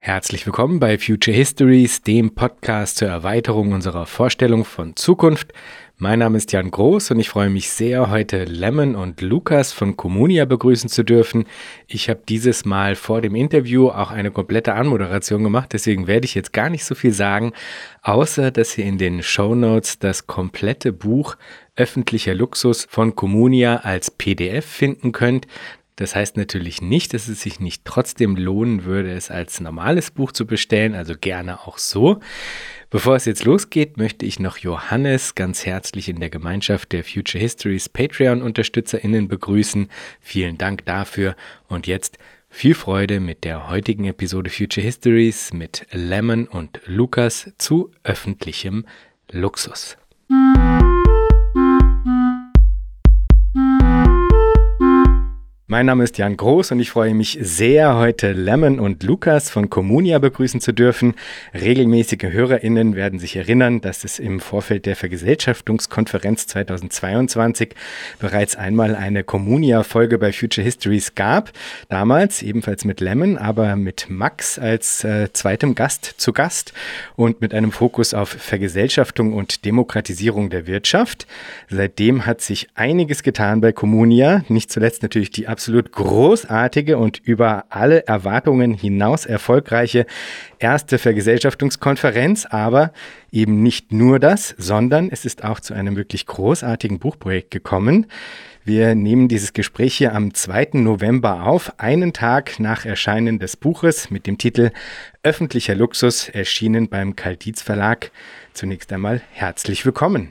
Herzlich willkommen bei Future Histories, dem Podcast zur Erweiterung unserer Vorstellung von Zukunft. Mein Name ist Jan Groß und ich freue mich sehr, heute Lemon und Lukas von Communia begrüßen zu dürfen. Ich habe dieses Mal vor dem Interview auch eine komplette Anmoderation gemacht, deswegen werde ich jetzt gar nicht so viel sagen, außer dass ihr in den Shownotes das komplette Buch Öffentlicher Luxus von Communia als PDF finden könnt. Das heißt natürlich nicht, dass es sich nicht trotzdem lohnen würde, es als normales Buch zu bestellen, also gerne auch so. Bevor es jetzt losgeht, möchte ich noch Johannes ganz herzlich in der Gemeinschaft der Future Histories Patreon-UnterstützerInnen begrüßen. Vielen Dank dafür und jetzt viel Freude mit der heutigen Episode Future Histories mit Lemon und Lukas zu öffentlichem Luxus. Mein Name ist Jan Groß und ich freue mich sehr, heute Lemon und Lukas von Communia begrüßen zu dürfen. Regelmäßige HörerInnen werden sich erinnern, dass es im Vorfeld der Vergesellschaftungskonferenz 2022 bereits einmal eine Communia-Folge bei Future Histories gab. Damals ebenfalls mit Lemon, aber mit Max als zweitem Gast zu Gast und mit einem Fokus auf Vergesellschaftung und Demokratisierung der Wirtschaft. Seitdem hat sich einiges getan bei Communia, nicht zuletzt natürlich die absolut großartige und über alle Erwartungen hinaus erfolgreiche erste Vergesellschaftungskonferenz, aber eben nicht nur das, sondern es ist auch zu einem wirklich großartigen Buchprojekt gekommen. Wir nehmen dieses Gespräch hier am 2. November auf, einen Tag nach Erscheinen des Buches mit dem Titel Öffentlicher Luxus, erschienen beim Karl-Dietz Verlag. Zunächst einmal herzlich willkommen.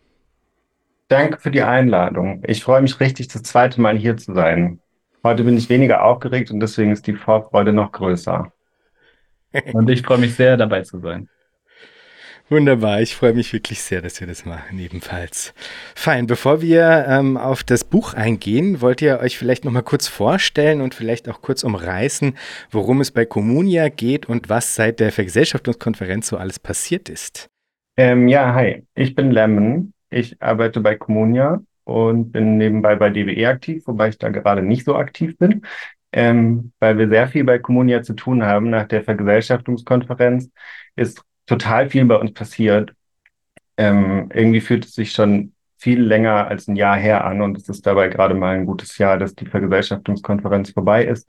Danke für die Einladung. Ich freue mich richtig, das zweite Mal hier zu sein. Heute bin ich weniger aufgeregt und deswegen ist die Vorfreude noch größer. Und ich freue mich sehr, dabei zu sein. Wunderbar, ich freue mich wirklich sehr, dass wir das machen, ebenfalls. Fein, bevor wir auf das Buch eingehen, wollt ihr euch vielleicht noch mal kurz vorstellen und vielleicht auch kurz umreißen, worum es bei Communia geht und was seit der Vergesellschaftungskonferenz so alles passiert ist. Ja, hi, ich bin Lemon. Ich arbeite bei Communia und bin nebenbei bei DWE aktiv, wobei ich da gerade nicht so aktiv bin, weil wir sehr viel bei Communia zu tun haben. Nach der Vergesellschaftungskonferenz ist total viel bei uns passiert. Irgendwie fühlt es sich schon viel länger als ein Jahr her an und es ist dabei gerade mal ein gutes Jahr, dass die Vergesellschaftungskonferenz vorbei ist,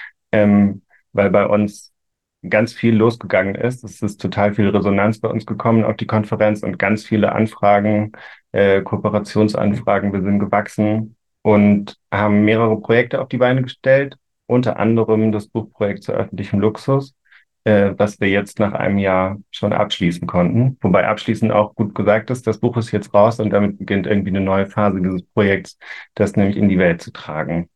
weil bei uns ganz viel losgegangen ist. Es ist total viel Resonanz bei uns gekommen auf die Konferenz und ganz viele Anfragen, Kooperationsanfragen. Wir sind gewachsen und haben mehrere Projekte auf die Beine gestellt, unter anderem das Buchprojekt zu öffentlichem Luxus, was wir jetzt nach einem Jahr schon abschließen konnten. Wobei abschließend auch gut gesagt ist, das Buch ist jetzt raus und damit beginnt irgendwie eine neue Phase dieses Projekts, das nämlich in die Welt zu tragen.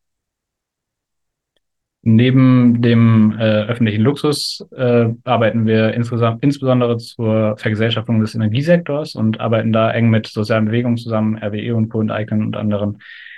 Neben dem öffentlichen Luxus arbeiten wir insbesondere zur Vergesellschaftung des Energiesektors und arbeiten da eng mit sozialen Bewegungen zusammen, RWE und Co. enteignen und anderen.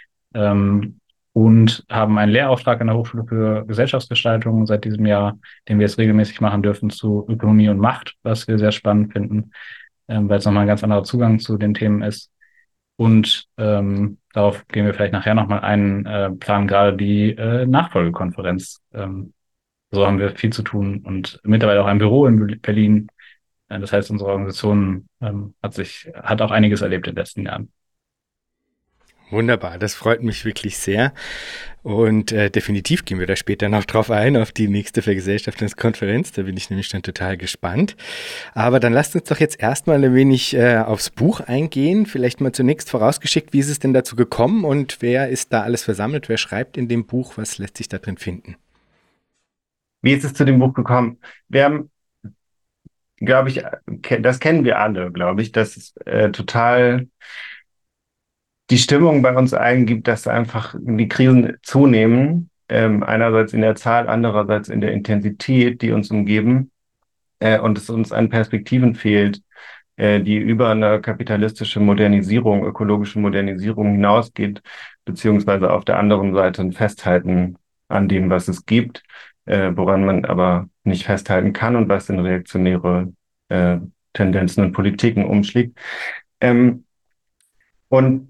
Und haben einen Lehrauftrag an der Hochschule für Gesellschaftsgestaltung seit diesem Jahr, den wir jetzt regelmäßig machen dürfen zu Ökonomie und Macht, was wir sehr spannend finden, weil es nochmal ein ganz anderer Zugang zu den Themen ist. Und darauf gehen wir vielleicht nachher nochmal ein, planen gerade die Nachfolgekonferenz. So haben wir viel zu tun und mittlerweile auch ein Büro in Berlin. Das heißt, unsere Organisation hat auch einiges erlebt in den letzten Jahren. Wunderbar, das freut mich wirklich sehr. Und definitiv gehen wir da später noch drauf ein, auf die nächste Vergesellschaftungskonferenz. Da bin ich nämlich schon total gespannt. Aber dann lasst uns doch jetzt erstmal ein wenig aufs Buch eingehen. Vielleicht mal zunächst vorausgeschickt, wie ist es denn dazu gekommen und wer ist da alles versammelt? Wer schreibt in dem Buch? Was lässt sich da drin finden? Wie ist es zu dem Buch gekommen? Wir haben, glaube ich, das kennen wir alle, glaube ich, dass es total die Stimmung bei uns allen gibt, dass einfach die Krisen zunehmen. Einerseits in der Zahl, andererseits in der Intensität, die uns umgeben. Und es uns an Perspektiven fehlt, die über eine kapitalistische Modernisierung, ökologische Modernisierung hinausgeht, beziehungsweise auf der anderen Seite ein Festhalten an dem, was es gibt, woran man aber nicht festhalten kann und was in reaktionäre Tendenzen und Politiken umschlägt. Und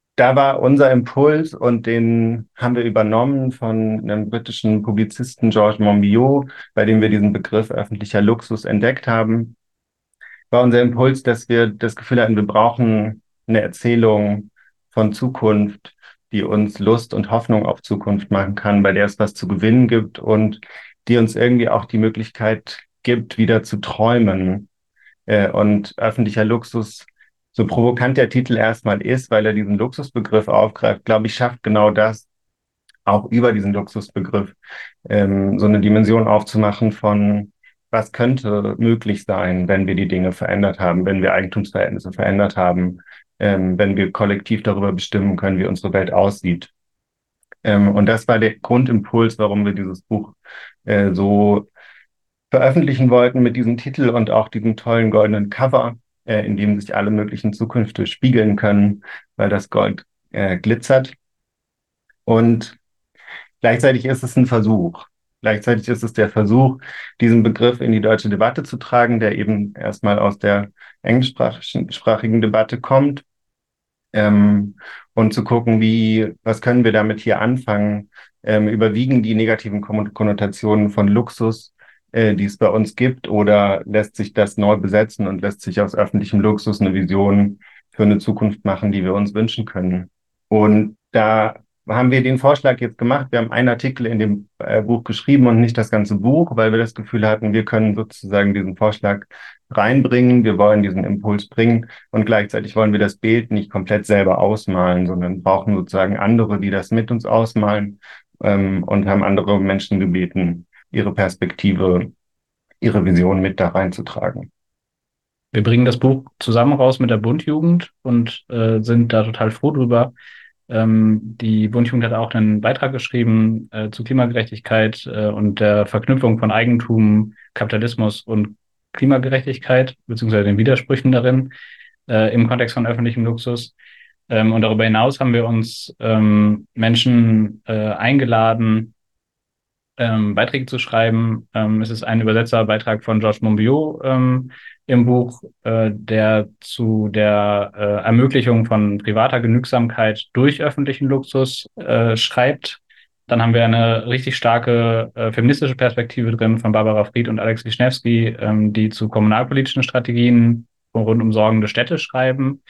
Da war unser Impuls und den haben wir übernommen von einem britischen Publizisten, George Monbiot, bei dem wir diesen Begriff öffentlicher Luxus entdeckt haben. War unser Impuls, dass wir das Gefühl hatten, wir brauchen eine Erzählung von Zukunft, die uns Lust und Hoffnung auf Zukunft machen kann, bei der es was zu gewinnen gibt und die uns irgendwie auch die Möglichkeit gibt, wieder zu träumen. Und öffentlicher Luxus, so provokant der Titel erstmal ist, weil er diesen Luxusbegriff aufgreift, glaube ich, schafft genau das, auch über diesen Luxusbegriff so eine Dimension aufzumachen von, was könnte möglich sein, wenn wir die Dinge verändert haben, wenn wir Eigentumsverhältnisse verändert haben, wenn wir kollektiv darüber bestimmen können, wie unsere Welt aussieht. Und das war der Grundimpuls, warum wir dieses Buch so veröffentlichen wollten mit diesem Titel und auch diesem tollen goldenen Cover, in dem sich alle möglichen Zukünfte spiegeln können, weil das Gold glitzert. Und gleichzeitig ist es ein Versuch. Gleichzeitig ist es der Versuch, diesen Begriff in die deutsche Debatte zu tragen, der eben erstmal aus der englischsprachigen Debatte kommt, und zu gucken, was können wir damit hier anfangen? Überwiegen die negativen Konnotationen von Luxus, die es bei uns gibt, oder lässt sich das neu besetzen und lässt sich aus öffentlichem Luxus eine Vision für eine Zukunft machen, die wir uns wünschen können? Und da haben wir den Vorschlag jetzt gemacht. Wir haben einen Artikel in dem Buch geschrieben und nicht das ganze Buch, weil wir das Gefühl hatten, wir können sozusagen diesen Vorschlag reinbringen. Wir wollen diesen Impuls bringen und gleichzeitig wollen wir das Bild nicht komplett selber ausmalen, sondern brauchen sozusagen andere, die das mit uns ausmalen, und haben andere Menschen gebeten, ihre Perspektive, ihre Vision mit da reinzutragen. Wir bringen das Buch zusammen raus mit der Bundjugend und sind da total froh drüber. Die Bundjugend hat auch einen Beitrag geschrieben zu Klimagerechtigkeit und der Verknüpfung von Eigentum, Kapitalismus und Klimagerechtigkeit, beziehungsweise den Widersprüchen darin im Kontext von öffentlichem Luxus. Und darüber hinaus haben wir uns Menschen eingeladen, Beiträge zu schreiben. Es ist ein Übersetzerbeitrag von George Monbiot im Buch, der zu der Ermöglichung von privater Genügsamkeit durch öffentlichen Luxus schreibt. Dann haben wir eine richtig starke feministische Perspektive drin von Barbara Fried und Alex Wischnewski, die zu kommunalpolitischen Strategien rund um sorgende Städte schreiben,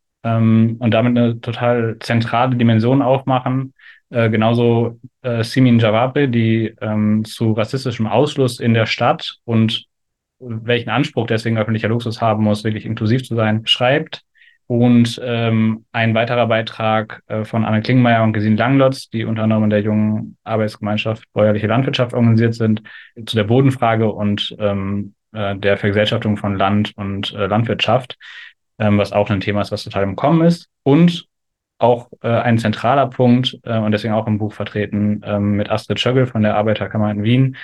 und damit eine total zentrale Dimension aufmachen. Genauso Simin Javabri, die zu rassistischem Ausschluss in der Stadt und welchen Anspruch deswegen öffentlicher Luxus haben muss, wirklich inklusiv zu sein, schreibt. Und ein weiterer Beitrag von Anne Klingmeier und Gesine Langlotz, die unter anderem in der jungen Arbeitsgemeinschaft Bäuerliche Landwirtschaft organisiert sind, zu der Bodenfrage und der Vergesellschaftung von Land und Landwirtschaft, was auch ein Thema ist, was total im Kommen ist. Und auch ein zentraler Punkt und deswegen auch im Buch vertreten mit Astrid Schöggl von der Arbeiterkammer in Wien,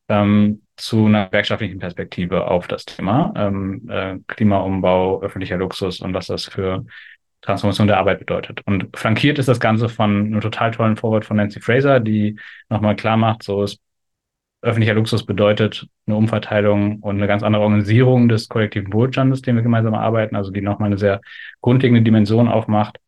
zu einer gewerkschaftlichen Perspektive auf das Thema Klimaumbau, öffentlicher Luxus und was das für Transformation der Arbeit bedeutet. Und flankiert ist das Ganze von einem total tollen Vorwort von Nancy Fraser, die nochmal klar macht, so ist öffentlicher Luxus bedeutet eine Umverteilung und eine ganz andere Organisierung des kollektiven Wohlstandes, den wir gemeinsam erarbeiten, also die nochmal eine sehr grundlegende Dimension aufmacht,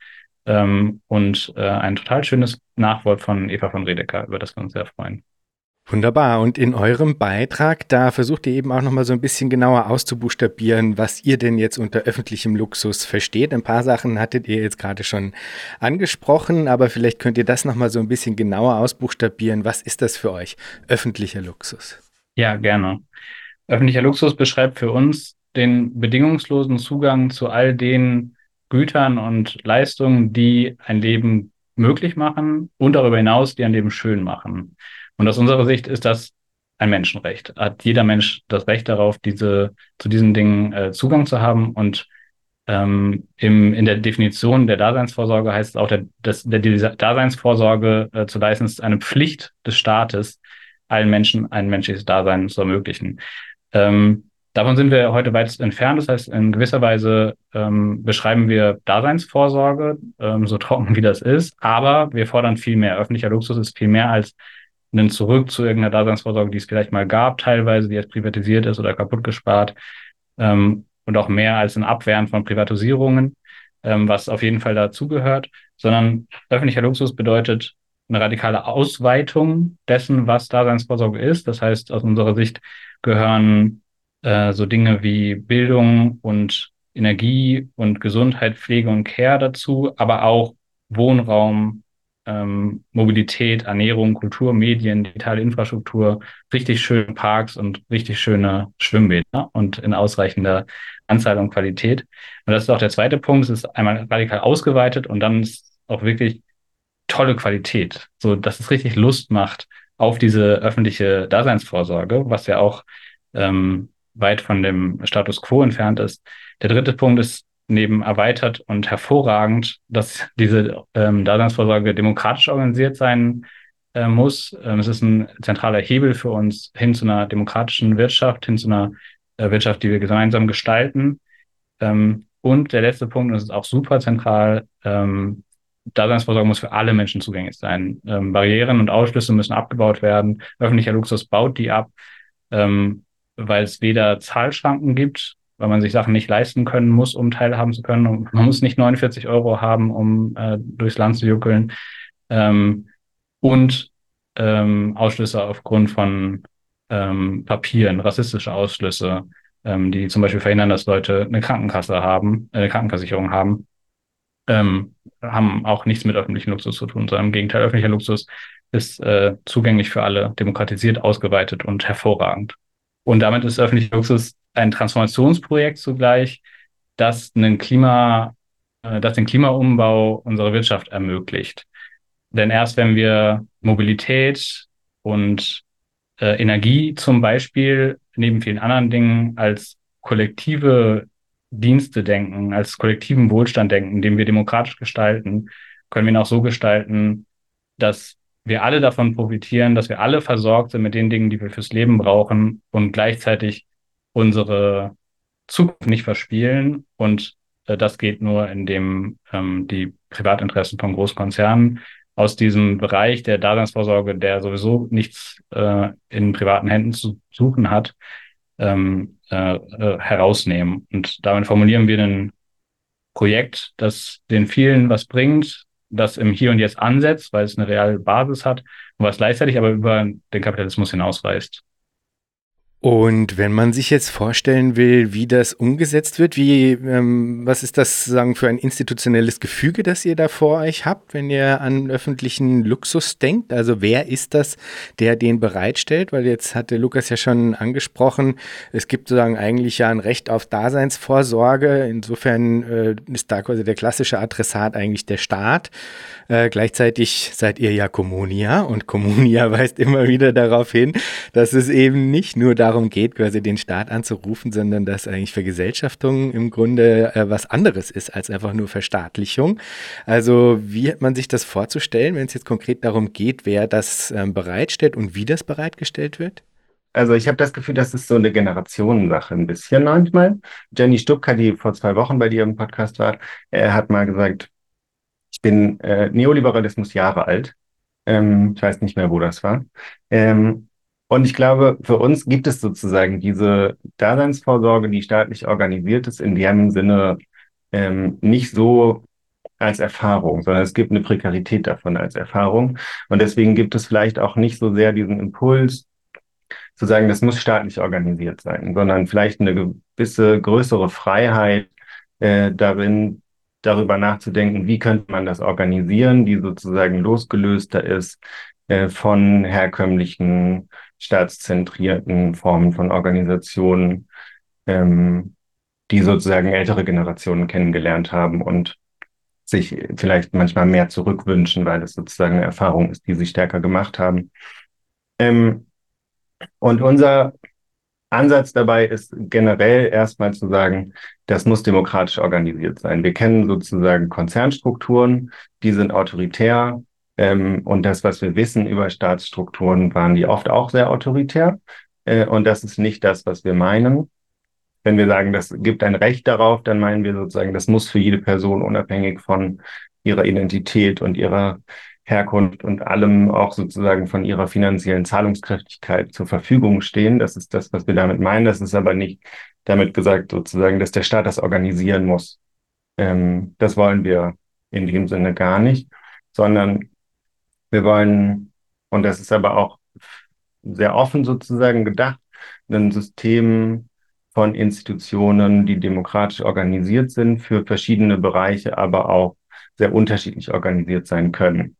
und ein total schönes Nachwort von Eva von Redeker, über das wir uns sehr freuen. Wunderbar. Und in eurem Beitrag, da versucht ihr eben auch nochmal so ein bisschen genauer auszubuchstabieren, was ihr denn jetzt unter öffentlichem Luxus versteht. Ein paar Sachen hattet ihr jetzt gerade schon angesprochen, aber vielleicht könnt ihr das nochmal so ein bisschen genauer ausbuchstabieren. Was ist das für euch, öffentlicher Luxus? Ja, gerne. Öffentlicher Luxus beschreibt für uns den bedingungslosen Zugang zu all den Gütern und Leistungen, die ein Leben möglich machen und darüber hinaus, die ein Leben schön machen. Und aus unserer Sicht ist das ein Menschenrecht. Hat jeder Mensch das Recht darauf, zu diesen Dingen Zugang zu haben. Und in der Definition der Daseinsvorsorge heißt es auch, diese Daseinsvorsorge zu leisten, ist eine Pflicht des Staates, allen Menschen ein menschliches Dasein zu ermöglichen. Davon sind wir heute weit entfernt. Das heißt, in gewisser Weise beschreiben wir Daseinsvorsorge, so trocken wie das ist, aber wir fordern viel mehr. Öffentlicher Luxus ist viel mehr als ein Zurück zu irgendeiner Daseinsvorsorge, die es vielleicht mal gab, teilweise, die jetzt privatisiert ist oder kaputt gespart, und auch mehr als ein Abwehren von Privatisierungen, was auf jeden Fall dazugehört, sondern öffentlicher Luxus bedeutet eine radikale Ausweitung dessen, was Daseinsvorsorge ist. Das heißt, aus unserer Sicht gehören so Dinge wie Bildung und Energie und Gesundheit, Pflege und Care dazu, aber auch Wohnraum, Mobilität, Ernährung, Kultur, Medien, digitale Infrastruktur, richtig schöne Parks und richtig schöne Schwimmbäder und in ausreichender Anzahl und Qualität. Und das ist auch der zweite Punkt. Es ist einmal radikal ausgeweitet und dann ist auch wirklich tolle Qualität, so dass es richtig Lust macht auf diese öffentliche Daseinsvorsorge, was ja auch weit von dem Status quo entfernt ist. Der dritte Punkt ist neben erweitert und hervorragend, dass diese Daseinsvorsorge demokratisch organisiert sein muss. Es ist ein zentraler Hebel für uns hin zu einer demokratischen Wirtschaft, hin zu einer Wirtschaft, die wir gemeinsam gestalten. Und der letzte Punkt, und das ist auch super zentral, Daseinsvorsorge muss für alle Menschen zugänglich sein. Barrieren und Ausschlüsse müssen abgebaut werden. Öffentlicher Luxus baut die ab, weil es weder Zahlschranken gibt, weil man sich Sachen nicht leisten können muss, um teilhaben zu können. Und man muss nicht 49 Euro haben, um durchs Land zu juckeln. Und Ausschlüsse aufgrund von Papieren, rassistische Ausschlüsse, die zum Beispiel verhindern, dass Leute eine Krankenkasse haben, eine Krankenversicherung haben, haben auch nichts mit öffentlichem Luxus zu tun, sondern im Gegenteil, öffentlicher Luxus ist zugänglich für alle, demokratisiert, ausgeweitet und hervorragend. Und damit ist öffentlicher Luxus ein Transformationsprojekt zugleich, das den Klimaumbau unserer Wirtschaft ermöglicht. Denn erst wenn wir Mobilität und Energie zum Beispiel neben vielen anderen Dingen als kollektive Dienste denken, als kollektiven Wohlstand denken, indem wir demokratisch gestalten, können wir ihn auch so gestalten, dass wir alle davon profitieren, dass wir alle versorgt sind mit den Dingen, die wir fürs Leben brauchen und gleichzeitig unsere Zukunft nicht verspielen. Und das geht nur, indem die Privatinteressen von Großkonzernen aus diesem Bereich der Daseinsvorsorge, der sowieso nichts in privaten Händen zu suchen hat, herausnehmen. Und damit formulieren wir ein Projekt, das den vielen was bringt, das im Hier und Jetzt ansetzt, weil es eine reale Basis hat und was gleichzeitig aber über den Kapitalismus hinausweist. Und wenn man sich jetzt vorstellen will, wie das umgesetzt wird, was ist das sagen für ein institutionelles Gefüge, das ihr da vor euch habt, wenn ihr an öffentlichen Luxus denkt? Also wer ist das, der den bereitstellt? Weil jetzt hatte Lukas ja schon angesprochen, es gibt sozusagen eigentlich ja ein Recht auf Daseinsvorsorge. Insofern ist da quasi der klassische Adressat eigentlich der Staat. Gleichzeitig seid ihr ja Communia und Communia weist immer wieder darauf hin, dass es eben nicht nur darum geht, quasi den Staat anzurufen, sondern dass eigentlich Vergesellschaftung im Grunde was anderes ist als einfach nur Verstaatlichung. Also wie hat man sich das vorzustellen, wenn es jetzt konkret darum geht, wer das bereitstellt und wie das bereitgestellt wird? Also ich habe das Gefühl, das ist so eine Generationensache ein bisschen manchmal. Jenny Stubka, die vor 2 Wochen bei dir im Podcast war, hat mal gesagt, ich bin Neoliberalismus Jahre alt. Ich weiß nicht mehr, wo das war. Und ich glaube, für uns gibt es sozusagen diese Daseinsvorsorge, die staatlich organisiert ist, in dem Sinne nicht so als Erfahrung, sondern es gibt eine Prekarität davon als Erfahrung. Und deswegen gibt es vielleicht auch nicht so sehr diesen Impuls, zu sagen, das muss staatlich organisiert sein, sondern vielleicht eine gewisse größere Freiheit darin, darüber nachzudenken, wie könnte man das organisieren, die sozusagen losgelöster ist von herkömmlichen staatszentrierten Formen von Organisationen, die sozusagen ältere Generationen kennengelernt haben und sich vielleicht manchmal mehr zurückwünschen, weil es sozusagen eine Erfahrung ist, die sie stärker gemacht haben. Und unser Ansatz dabei ist generell erstmal zu sagen, das muss demokratisch organisiert sein. Wir kennen sozusagen Konzernstrukturen, die sind autoritär. Und das, was wir wissen über Staatsstrukturen, waren die oft auch sehr autoritär. Und das ist nicht das, was wir meinen. Wenn wir sagen, das gibt ein Recht darauf, dann meinen wir sozusagen, das muss für jede Person unabhängig von ihrer Identität und ihrer Herkunft und allem auch sozusagen von ihrer finanziellen Zahlungskräftigkeit zur Verfügung stehen. Das ist das, was wir damit meinen. Das ist aber nicht damit gesagt sozusagen, dass der Staat das organisieren muss. Das wollen wir in dem Sinne gar nicht, sondern wir wollen, und das ist aber auch sehr offen sozusagen gedacht, ein System von Institutionen, die demokratisch organisiert sind für verschiedene Bereiche, aber auch sehr unterschiedlich organisiert sein können.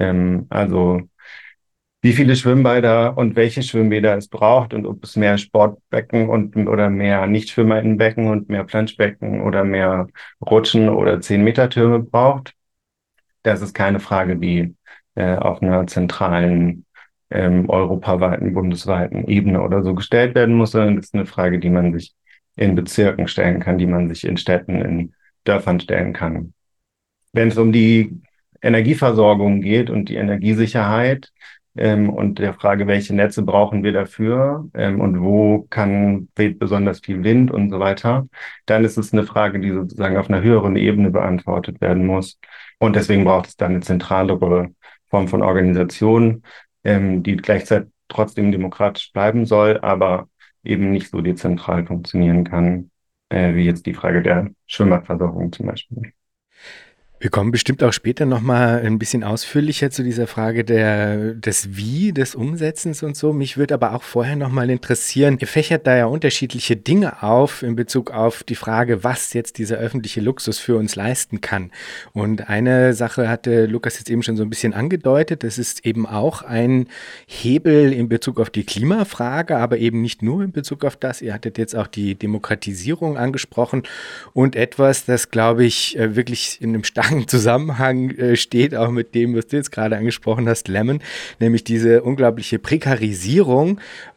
Also wie viele Schwimmbäder und welche Schwimmbäder es braucht und ob es mehr Sportbecken und oder mehr Nichtschwimmerinnenbecken und mehr Planschbecken oder mehr Rutschen oder 10-Meter-Türme braucht. Das ist keine Frage, die auf einer zentralen, europaweiten, bundesweiten Ebene oder so gestellt werden muss, sondern das ist eine Frage, die man sich in Bezirken stellen kann, die man sich in Städten, in Dörfern stellen kann. Wenn es um die Energieversorgung geht und die Energiesicherheit, und der Frage, welche Netze brauchen wir dafür, und wo weht besonders viel Wind und so weiter, dann ist es eine Frage, die sozusagen auf einer höheren Ebene beantwortet werden muss. Und deswegen braucht es dann eine zentralere Form von Organisation, die gleichzeitig trotzdem demokratisch bleiben soll, aber eben nicht so dezentral funktionieren kann, wie jetzt die Frage der Schwimmbadversorgung zum Beispiel. Wir kommen bestimmt auch später nochmal ein bisschen ausführlicher zu dieser Frage des Wie, des Umsetzens und so. Mich würde aber auch vorher nochmal interessieren, ihr fächert da ja unterschiedliche Dinge auf in Bezug auf die Frage, was jetzt dieser öffentliche Luxus für uns leisten kann. Und eine Sache hatte Lukas jetzt eben schon so ein bisschen angedeutet, das ist eben auch ein Hebel in Bezug auf die Klimafrage, aber eben nicht nur in Bezug auf das. Ihr hattet jetzt auch die Demokratisierung angesprochen und etwas, das, glaube ich, wirklich in einem starken Zusammenhang steht, auch mit dem, was du jetzt gerade angesprochen hast, Lemon, nämlich diese unglaubliche Prekarisierung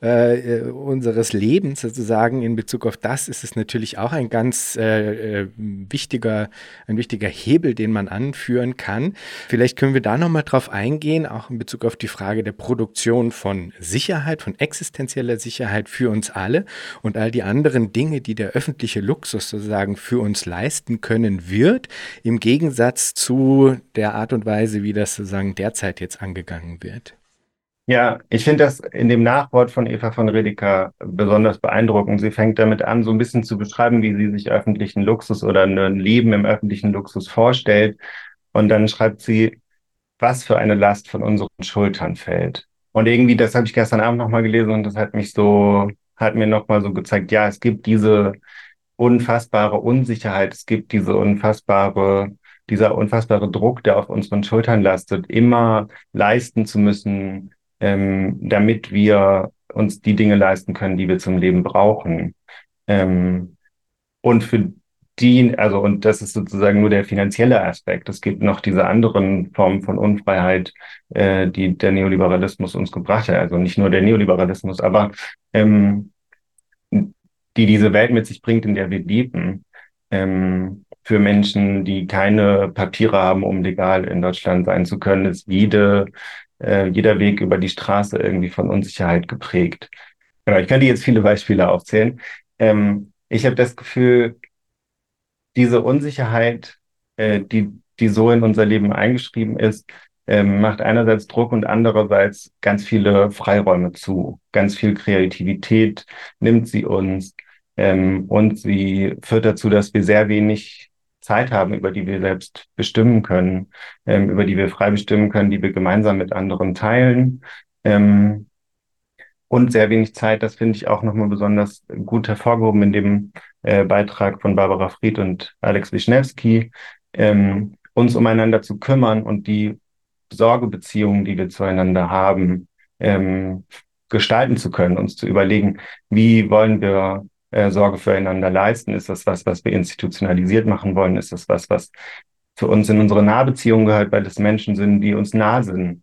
unseres Lebens sozusagen. In Bezug auf das ist es natürlich auch ein ganz wichtiger Hebel, den man anführen kann. Vielleicht können wir da nochmal drauf eingehen, auch in Bezug auf die Frage der Produktion von Sicherheit, von existenzieller Sicherheit für uns alle und all die anderen Dinge, die der öffentliche Luxus sozusagen für uns leisten können wird, im Gegensatz zu der Art und Weise, wie das sozusagen derzeit jetzt angegangen wird. Ja, ich finde das in dem Nachwort von Eva von Redeker besonders beeindruckend. Sie fängt damit an, so ein bisschen zu beschreiben, wie sie sich öffentlichen Luxus oder ein Leben im öffentlichen Luxus vorstellt. Und dann schreibt sie, was für eine Last von unseren Schultern fällt. Und irgendwie, das habe ich gestern Abend nochmal gelesen und das hat mir nochmal so gezeigt, ja, es gibt diese unfassbare Unsicherheit, es gibt dieser unfassbare Druck, der auf unseren Schultern lastet, immer leisten zu müssen, damit wir uns die Dinge leisten können, die wir zum Leben brauchen. Ähm, und für und das ist sozusagen nur der finanzielle Aspekt. Es gibt noch diese anderen Formen von Unfreiheit, die der Neoliberalismus uns gebracht hat. Also nicht nur der Neoliberalismus, aber ähm, die diese Welt mit sich bringt, in der wir leben, für Menschen, die keine Papiere haben, um legal in Deutschland sein zu können, ist jeder Weg über die Straße irgendwie von Unsicherheit geprägt. Genau, ich könnte jetzt viele Beispiele aufzählen. Ich habe das Gefühl, diese Unsicherheit, die so in unser Leben eingeschrieben ist, macht einerseits Druck und andererseits ganz viele Freiräume zu. Ganz viel Kreativität nimmt sie uns, und sie führt dazu, dass wir sehr wenig Zeit haben, über die wir selbst bestimmen können, über die wir frei bestimmen können, die wir gemeinsam mit anderen teilen. Ähm, und sehr wenig Zeit, das finde ich auch nochmal besonders gut hervorgehoben in dem Beitrag von Barbara Fried und Alex Wischnewski, uns umeinander zu kümmern und die Sorgebeziehungen, die wir zueinander haben, gestalten zu können, uns zu überlegen, wie wollen wir Sorge füreinander leisten? Ist das was wir institutionalisiert machen wollen? Ist das was für uns in unsere Nahbeziehung gehört, weil es Menschen sind, die uns nah sind?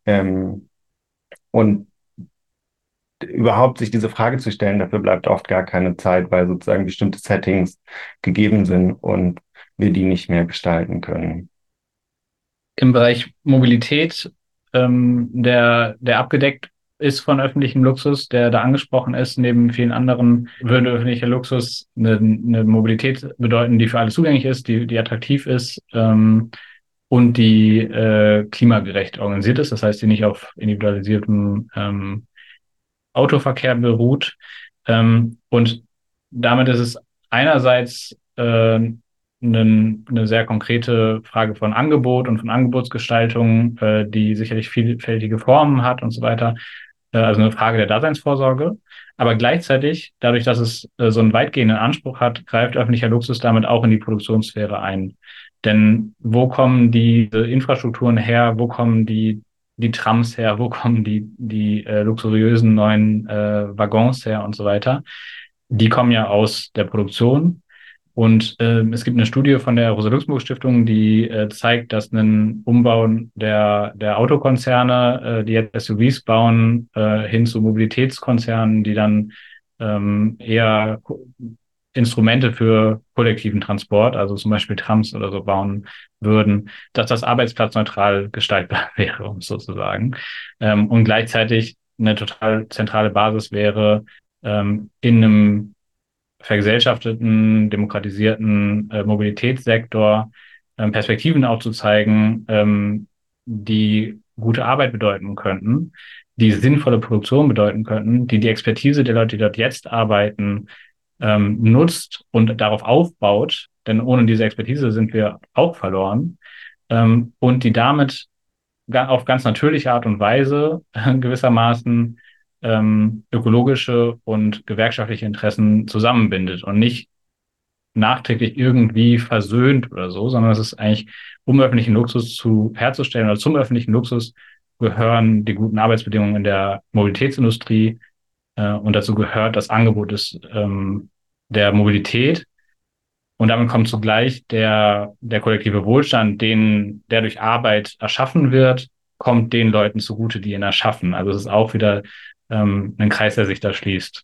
Und überhaupt sich diese Frage zu stellen, dafür bleibt oft gar keine Zeit, weil sozusagen bestimmte Settings gegeben sind und wir die nicht mehr gestalten können. Im Bereich Mobilität, der abgedeckt ist von öffentlichem Luxus, der da angesprochen ist, neben vielen anderen, würde öffentlicher Luxus eine Mobilität bedeuten, die für alle zugänglich ist, die attraktiv ist, und die klimagerecht organisiert ist, das heißt, die nicht auf individualisiertem Autoverkehr beruht. Und damit ist es einerseits eine sehr konkrete Frage von Angebot und von Angebotsgestaltung, die sicherlich vielfältige Formen hat und so weiter. Also eine Frage der Daseinsvorsorge. Aber gleichzeitig, dadurch, dass es so einen weitgehenden Anspruch hat, greift öffentlicher Luxus damit auch in die Produktionssphäre ein. Denn wo kommen diese Infrastrukturen her? Wo kommen die Trams her? Wo kommen die luxuriösen neuen Waggons her und so weiter? Die kommen ja aus der Produktion. Und es gibt eine Studie von der Rosa-Luxemburg-Stiftung, die zeigt, dass ein Umbau der Autokonzerne, die jetzt SUVs bauen, hin zu Mobilitätskonzernen, die dann eher Instrumente für kollektiven Transport, also zum Beispiel Trams oder so bauen würden, dass das arbeitsplatzneutral gestaltbar wäre, um es so zu sagen. Und gleichzeitig eine total zentrale Basis wäre, in einem vergesellschafteten, demokratisierten Mobilitätssektor Perspektiven aufzuzeigen, die gute Arbeit bedeuten könnten, die sinnvolle Produktion bedeuten könnten, die Expertise der Leute, die dort jetzt arbeiten, nutzt und darauf aufbaut, denn ohne diese Expertise sind wir auch verloren, und die damit auf ganz natürliche Art und Weise gewissermaßen ökologische und gewerkschaftliche Interessen zusammenbindet und nicht nachträglich irgendwie versöhnt oder so, sondern es ist eigentlich, um öffentlichen Luxus herzustellen oder zum öffentlichen Luxus gehören die guten Arbeitsbedingungen in der Mobilitätsindustrie, und dazu gehört das Angebot der Mobilität, und damit kommt zugleich der kollektive Wohlstand, der durch Arbeit erschaffen wird, kommt den Leuten zugute, die ihn erschaffen. Also es ist auch wieder ein Kreis, der sich da schließt.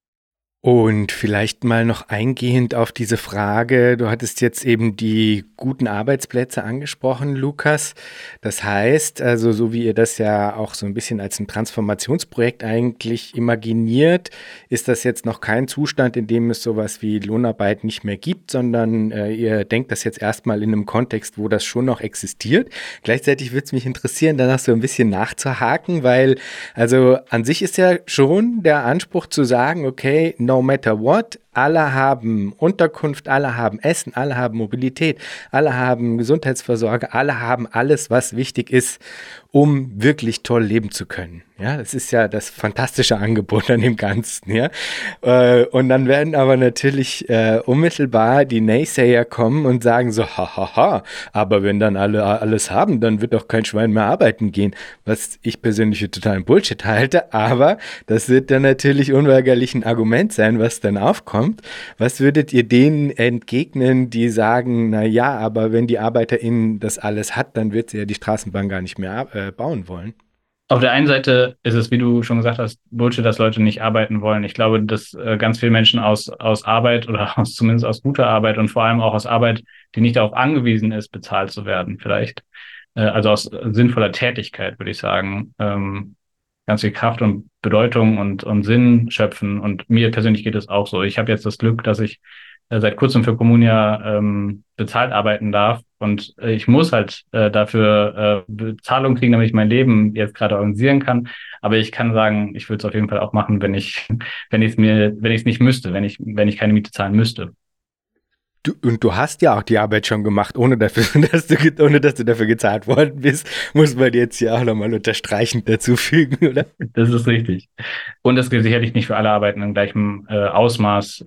Und vielleicht mal noch eingehend auf diese Frage, du hattest jetzt eben die guten Arbeitsplätze angesprochen, Lukas. Das heißt, also so wie ihr das ja auch so ein bisschen als ein Transformationsprojekt eigentlich imaginiert, ist das jetzt noch kein Zustand, in dem es sowas wie Lohnarbeit nicht mehr gibt, sondern ihr denkt das jetzt erstmal in einem Kontext, wo das schon noch existiert. Gleichzeitig würde es mich interessieren, danach so ein bisschen nachzuhaken, weil also an sich ist ja schon der Anspruch zu sagen, okay, no matter what, alle haben Unterkunft, alle haben Essen, alle haben Mobilität, alle haben Gesundheitsversorge, alle haben alles, was wichtig ist, um wirklich toll leben zu können. Ja, das ist ja das fantastische Angebot an dem Ganzen, ja. Und dann werden aber natürlich unmittelbar die Naysayer kommen und sagen so, hahaha, aber wenn dann alle alles haben, dann wird doch kein Schwein mehr arbeiten gehen, was ich persönlich für totalen Bullshit halte, aber das wird dann natürlich unweigerlich ein Argument sein, was dann aufkommt. Was würdet ihr denen entgegnen, die sagen, na ja, aber wenn die ArbeiterInnen das alles hat, dann wird sie ja die Straßenbahn gar nicht mehr bauen wollen? Auf der einen Seite ist es, wie du schon gesagt hast, Bullshit, dass Leute nicht arbeiten wollen. Ich glaube, dass ganz viele Menschen aus Arbeit oder zumindest aus guter Arbeit und vor allem auch aus Arbeit, die nicht darauf angewiesen ist, bezahlt zu werden, vielleicht. Also aus sinnvoller Tätigkeit, würde ich sagen, ganz viel Kraft und Bedeutung und Sinn schöpfen. Und mir persönlich geht es auch so. Ich habe jetzt das Glück, dass ich seit kurzem für Communia bezahlt arbeiten darf. Und ich muss halt dafür Bezahlung kriegen, damit ich mein Leben jetzt gerade organisieren kann. Aber ich kann sagen, ich würde es auf jeden Fall auch machen, wenn ich es nicht müsste, wenn ich keine Miete zahlen müsste. Und du hast ja auch die Arbeit schon gemacht, ohne dass du dafür gezahlt worden bist, muss man jetzt ja auch nochmal unterstreichend dazu fügen, oder? Das ist richtig. Und das gilt sicherlich nicht für alle Arbeiten im gleichen Ausmaß.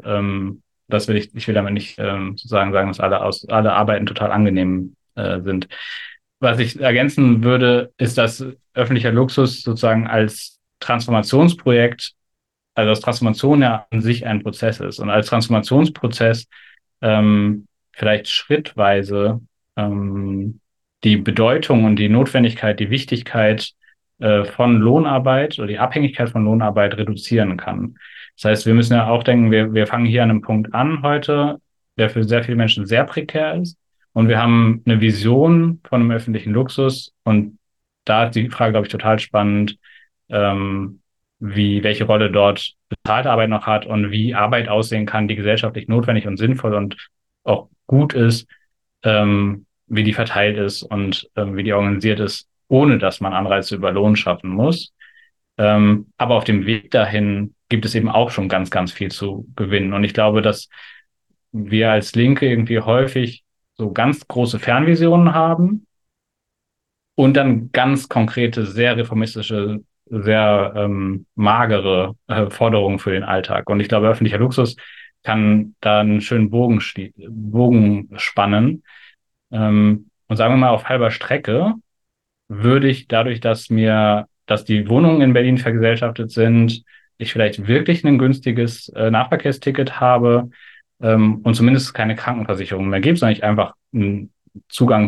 Ich will damit nicht sozusagen sagen, dass alle Arbeiten total angenehm sind. Was ich ergänzen würde, ist, dass öffentlicher Luxus sozusagen als Transformationsprojekt, also als Transformation ja an sich ein Prozess ist und als Transformationsprozess vielleicht schrittweise die Bedeutung und die Notwendigkeit, die Wichtigkeit von Lohnarbeit oder die Abhängigkeit von Lohnarbeit reduzieren kann. Das heißt, wir müssen ja auch denken, wir fangen hier an einem Punkt an heute, der für sehr viele Menschen sehr prekär ist. Und wir haben eine Vision von einem öffentlichen Luxus. Und da ist die Frage, glaube ich, total spannend, welche Rolle dort bezahlte Arbeit noch hat und wie Arbeit aussehen kann, die gesellschaftlich notwendig und sinnvoll und auch gut ist, wie die verteilt ist und wie die organisiert ist, ohne dass man Anreize über Lohn schaffen muss. Aber auf dem Weg dahin gibt es eben auch schon ganz, ganz viel zu gewinnen. Und ich glaube, dass wir als Linke irgendwie häufig so ganz große Fernvisionen haben und dann ganz konkrete, sehr reformistische, sehr magere Forderungen für den Alltag. Und ich glaube, öffentlicher Luxus kann da einen schönen Bogen spannen. Und sagen wir mal, auf halber Strecke würde ich dadurch, dass die Wohnungen in Berlin vergesellschaftet sind, ich vielleicht wirklich ein günstiges Nahverkehrsticket habe und zumindest keine Krankenversicherung mehr gebe, sondern ich einfach einen Zugang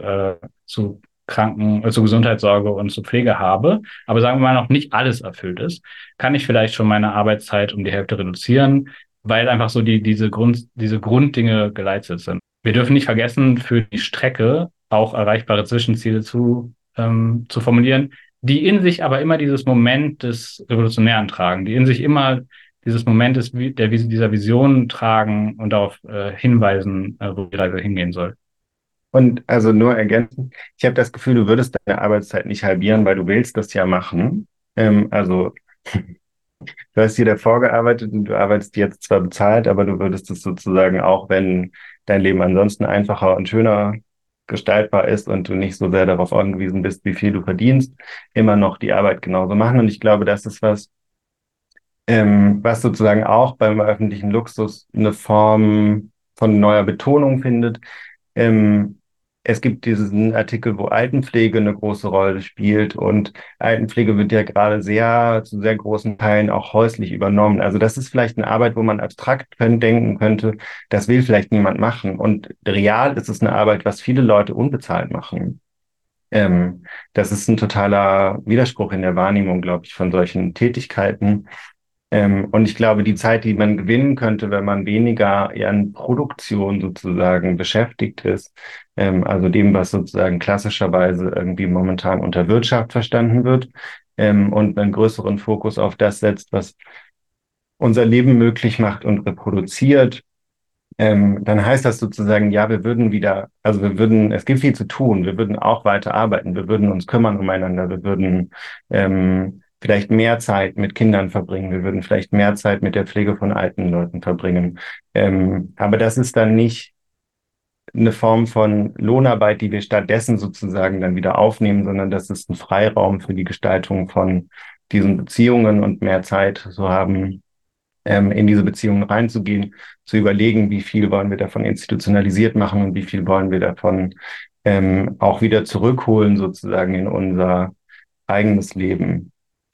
zu zu Gesundheitssorge und zu Pflege habe, aber sagen wir mal noch nicht alles erfüllt ist, kann ich vielleicht schon meine Arbeitszeit um die Hälfte reduzieren, weil einfach so diese Grunddinge geleistet sind. Wir dürfen nicht vergessen, für die Strecke auch erreichbare Zwischenziele zu formulieren, die in sich aber immer dieses Moment des Revolutionären tragen, die in sich immer dieses Moment dieser Vision tragen und darauf hinweisen, wo die Reise hingehen soll. Und also nur ergänzend, ich habe das Gefühl, du würdest deine Arbeitszeit nicht halbieren, weil du willst das ja machen. Also du hast dir davor gearbeitet und du arbeitest jetzt zwar bezahlt, aber du würdest es sozusagen auch, wenn dein Leben ansonsten einfacher und schöner gestaltbar ist und du nicht so sehr darauf angewiesen bist, wie viel du verdienst, immer noch die Arbeit genauso machen. Und ich glaube, das ist was, was sozusagen auch beim öffentlichen Luxus eine Form von neuer Betonung findet. Ähm, Es gibt diesen Artikel, wo Altenpflege eine große Rolle spielt und Altenpflege wird ja gerade zu sehr großen Teilen auch häuslich übernommen. Also das ist vielleicht eine Arbeit, wo man abstrakt denken könnte, das will vielleicht niemand machen. Und real ist es eine Arbeit, was viele Leute unbezahlt machen. Das ist ein totaler Widerspruch in der Wahrnehmung, glaube ich, von solchen Tätigkeiten. Und ich glaube, die Zeit, die man gewinnen könnte, wenn man weniger eher in Produktion sozusagen beschäftigt ist, also dem, was sozusagen klassischerweise irgendwie momentan unter Wirtschaft verstanden wird, und einen größeren Fokus auf das setzt, was unser Leben möglich macht und reproduziert, dann heißt das sozusagen, ja, es gibt viel zu tun, wir würden auch weiter arbeiten, wir würden uns kümmern umeinander, wir würden vielleicht mehr Zeit mit Kindern verbringen, wir würden vielleicht mehr Zeit mit der Pflege von alten Leuten verbringen. Aber das ist dann nicht eine Form von Lohnarbeit, die wir stattdessen sozusagen dann wieder aufnehmen, sondern das ist ein Freiraum für die Gestaltung von diesen Beziehungen und mehr Zeit zu haben, in diese Beziehungen reinzugehen, zu überlegen, wie viel wollen wir davon institutionalisiert machen und wie viel wollen wir davon auch wieder zurückholen, sozusagen in unser eigenes Leben.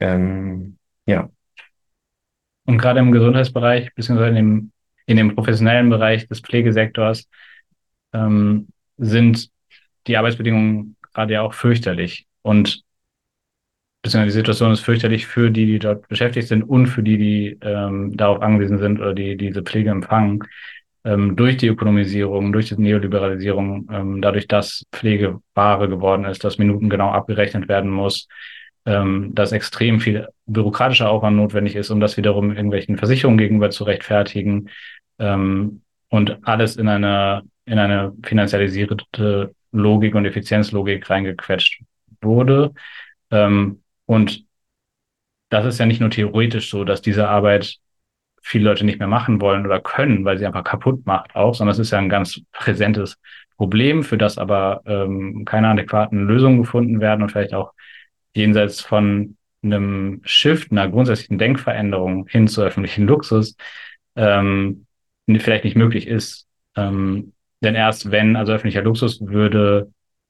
Ja. Und gerade im Gesundheitsbereich, beziehungsweise in dem professionellen Bereich des Pflegesektors, ähm, sind die Arbeitsbedingungen gerade ja auch fürchterlich. Und beziehungsweise die Situation ist fürchterlich für die, die dort beschäftigt sind und für die, die darauf angewiesen sind oder die diese Pflege empfangen. Durch die Ökonomisierung, durch die Neoliberalisierung, dadurch, dass Pflege Ware geworden ist, dass minutengenau abgerechnet werden muss, dass extrem viel bürokratischer Aufwand notwendig ist, um das wiederum irgendwelchen Versicherungen gegenüber zu rechtfertigen, und alles in eine finanzialisierte Logik und Effizienzlogik reingequetscht wurde. Und das ist ja nicht nur theoretisch so, dass diese Arbeit viele Leute nicht mehr machen wollen oder können, weil sie einfach kaputt macht auch, sondern es ist ja ein ganz präsentes Problem, für das aber keine adäquaten Lösungen gefunden werden und vielleicht auch jenseits von einem Shift, einer grundsätzlichen Denkveränderung hin zu öffentlichen Luxus vielleicht nicht möglich ist. Denn erst wenn, also öffentlicher Luxus würde